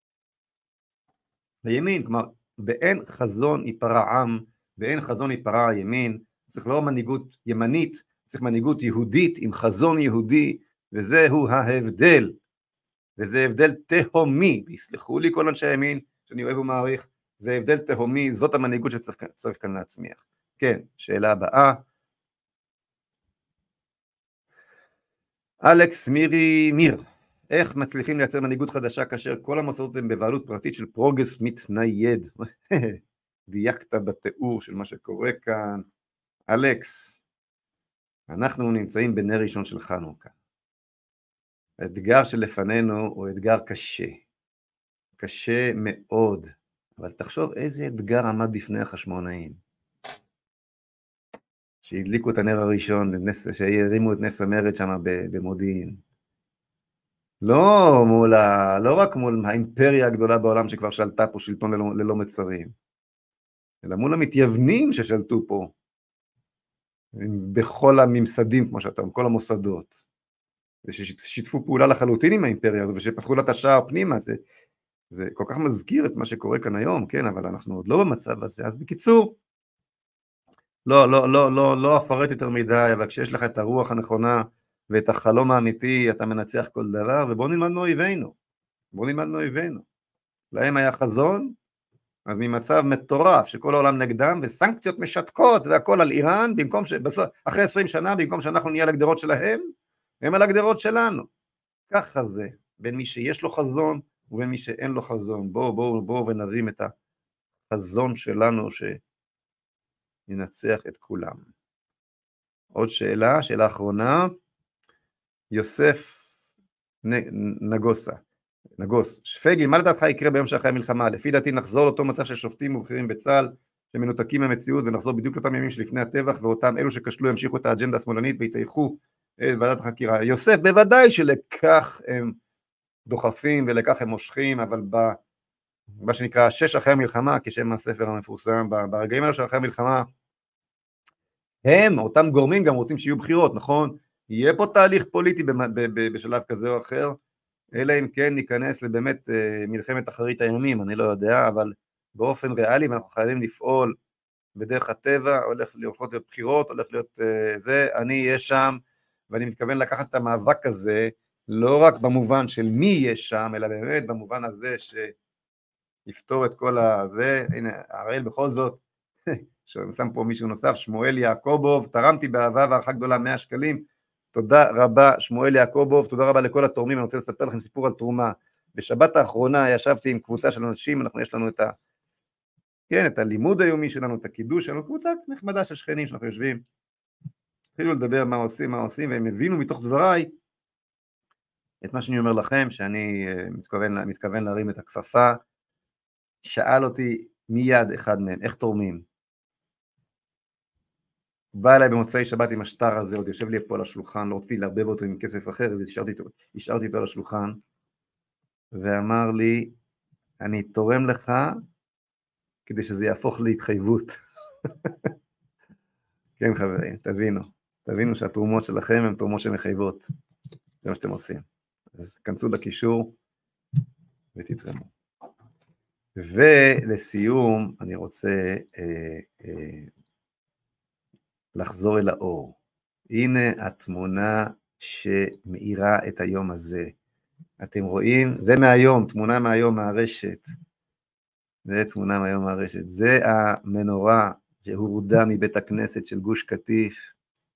בימין, כלומר, באין חזון ייפרע עם, באין חזון ייפרע הימין, צריך לא מנהיגות ימנית, צריך מנהיגות יהודית עם חזון יהודי, וזהו ההבדל, וזה הבדל תהומי, ויסלחו לי כל אנשי הימין, שאני אוהב ומעריך, זה הבדל תהומי, זאת המנהיגות שצריך כאן להצמיח. כן, שאלה הבאה. אלכס מירי מיר, איך מצליחים לייצר מנהיגות חדשה כאשר כל המוסדות הן בבעלות פרטית של פרוגרס מתנייד? דייקת בתיאור של מה שקורה כאן. אלכס, אנחנו נמצאים בנר ראשון של חנוכה. האתגר שלפנינו הוא אתגר קשה, קשה מאוד, אבל תחשוב איזה אתגר עמד בפני החשמונאים, שהדליקו את הנר הראשון, שהרימו את נס המרד שם במודיעין. לא רק מול האימפריה הגדולה בעולם שכבר שלטה פה שלטון ללא מצרים, אלא מול המתייוונים ששלטו פה, בכל הממסדים, כמו שאתה אומר, כל המוסדות, וששיתפו פעולה לחלוטין עם האימפריה הזו, ושפתחו לה את השער פנימה, זה כל כך מזכיר את מה שקורה כאן היום, כן, אבל אנחנו עוד לא במצב הזה, אז בקיצור, לא אפרט יותר מדי, אבל כשיש לך את הרוח הנכונה, ואת החלום האמיתי, אתה מנצח כל דבר, ובואו נלמד מאויבינו, להם היה חזון, אז ממצב מטורף שכל העולם נגדם, וסנקציות משתקות והכל על איראן, אחרי 20 שנה, במקום שאנחנו נהיה על הגדרות שלהם, הם על הגדרות שלנו. ככה זה, בין מי שיש לו חזון, ובין מי שאין לו חזון. בואו ונרים את החזון שלנו, שינצח את כולם. עוד שאלה אחרונה, יוסף נגוס, פייגלין, מה לדעתך יקרה ביום שאחרי המלחמה? לפי דעתי נחזור לאותו מצב של שופטים ובכירים בצה"ל, שמנותקים מהמציאות, ונחזור בדיוק לאותם ימים שלפני הטבח, ואותם אלו שכשלו ימשיכו את האג'נדה השמאלנית, ויתייחו את ועדת החקירה. יוסף, בוודאי שלכך הם דוחפים, ולכך הם מושכים, אבל מה שנקרא 6 אחרי המלחמה, כשם הספר המפורסם, ברגעים האלה של אחרי המלחמה, אותם גורמים גם רוצים שיהיו בחירות, נכון? יהיה פה תהליך פוליטי בשלב כזה או אחר, אלא אם כן ניכנס לבאמת מלחמת אחרית הימים, אני לא יודע, אבל באופן ריאלי, ואנחנו חייבים לפעול בדרך הטבע, הולכות להיות בחירות, הולך להיות זה, אני אהיה שם, ואני מתכוון לקחת את המאבק הזה, לא רק במובן של מי יהיה שם, אלא באמת במובן הזה שיפתור את כל הזה. הנה, הראל בכל זאת, שם פה מישהו נוסף, שמואל יעקובוב, תרמתי באהבה והערכה גדולה 100 שקלים, תודה רבה שמואל יעקובוב, תודה רבה לכל התורמים. אני רוצה לספר לכם סיפור על תרומה. בשבת האחרונה ישבתי עם קבוצה של אנשים, יש לנו את הלימוד היומי שלנו, את הקידוש שלנו, קבוצה נחמדה של שכנים שאנחנו יושבים, התחילו לדבר מה עושים, והם הבינו מתוך דבריי את מה שאני אומר לכם, שאני מתכוון להרים את הכפפה. שאל אותי מיד אחד מהם, איך תורמים? בא אליי במוצאי שבת עם השטר הזה, עוד יושב לי פה על השולחן, לא רציתי להרבב אותו עם כסף אחר, אז השארתי אותו על השולחן, ואמר לי, אני תורם לך, כדי שזה יהפוך להתחייבות. כן חברים, תבינו שהתרומות שלכם הן תרומות שמחייבות, זה מה שאתם עושים. אז כנסו לקישור, ותתרמו. ולסיום, אני רוצה לחזור אל האור. הנה התמונה שמאירה את היום הזה. אתם רואים? זה מהיום, תמונה מהיום מהרשת. זה תמונה מהיום מהרשת. זה המנורה שהורדה מבית הכנסת של גוש קטיף,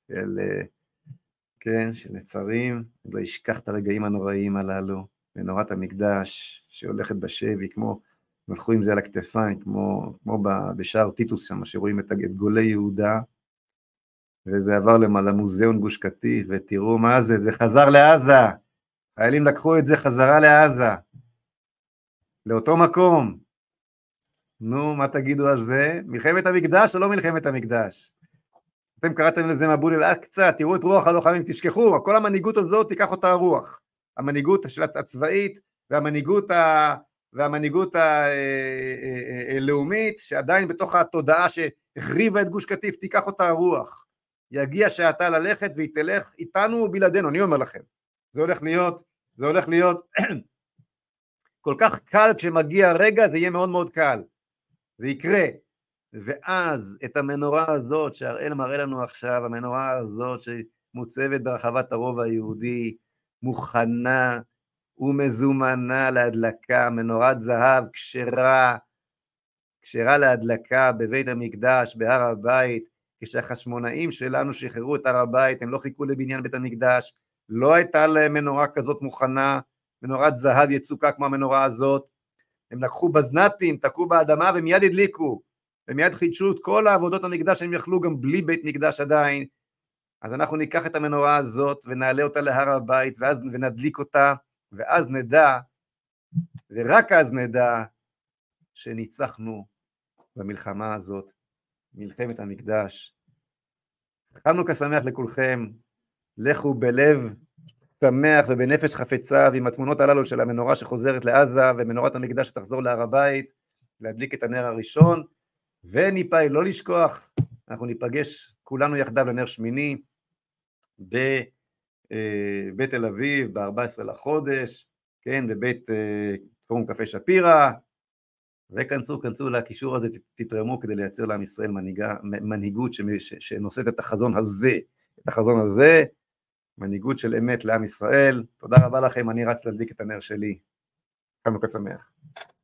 של נצרים. לא ישכח את הרגעים הנוראים הללו. מנורת המקדש שהולכת בשבי, כמו הלכו עם זה על הכתפיים, כמו בשער טיטוס שם, שרואים את גולי יהודה, וזה עבר למוזיאון גוש קטיף, ותראו מה זה, זה חזר לעזה, חיילים לקחו את זה חזרה לעזה, לאותו מקום. נו, מה תגידו על זה? מלחמת המקדש או לא מלחמת המקדש? אתם קראתם לזה מבול אל-אקצא, תראו את רוח הלוחמים, תשכחו, כל המנהיגות הזאת תיקח אותה הרוח, המנהיגות הצבאית והמנהיגות הלאומית, שעדיין בתוך התודעה שהחריבה את גוש קטיף, תיקח אותה הרוח, יגיע שעתה ללכת והיא תלך איתנו ובלעדינו, אני אומר לכם, זה הולך להיות כל כך קל, כשמגיע הרגע זה יהיה מאוד מאוד קל, זה יקרה, ואז את המנורה הזאת שהראל מראה לנו עכשיו, המנורה הזאת שמוצבת ברחבת הרובע היהודי, מוכנה ומזומנה להדלקה, מנורת זהב כשרה להדלקה בבית המקדש, בהר הבית, כשהחשמונאים שלנו שחררו את הר הבית, הם לא חיכו לבניין בית המקדש, לא הייתה להם מנורה כזאת מוכנה, מנורת זהב יצוקה כמו המנורה הזאת, הם לקחו בזנתים, תקעו באדמה ומיד הדליקו, ומיד חידשו את כל העבודות המקדש, הם יכלו גם בלי בית מקדש עדיין, אז אנחנו ניקח את המנורה הזאת ונעלה אותה להר הבית, ונדליק אותה, ואז נדע, ורק אז נדע, שניצחנו במלחמה הזאת, מלחמת המקדש. חנוכה שמח לכולכם, לכו בלב שמח ובנפש חפצה, ועם התמונות הללו של המנורה שחוזרת לעזה, ומנורת המקדש שתחזור להר הבית, להדליק את הנר הראשון, וניפאי, לא לשכוח, אנחנו ניפגש כולנו יחדיו לנר שמיני, בבית תל אביב, ב-14 לחודש, כן, בבית פורום קפה שפירא, וכנסו לקישור הזה, תתרמו כדי לייצר לעם ישראל מנהיגות שנושאת את החזון הזה, מנהיגות של אמת לעם ישראל. תודה רבה לכם, אני רץ להדליק את הנר שלי. חנוכה שמח.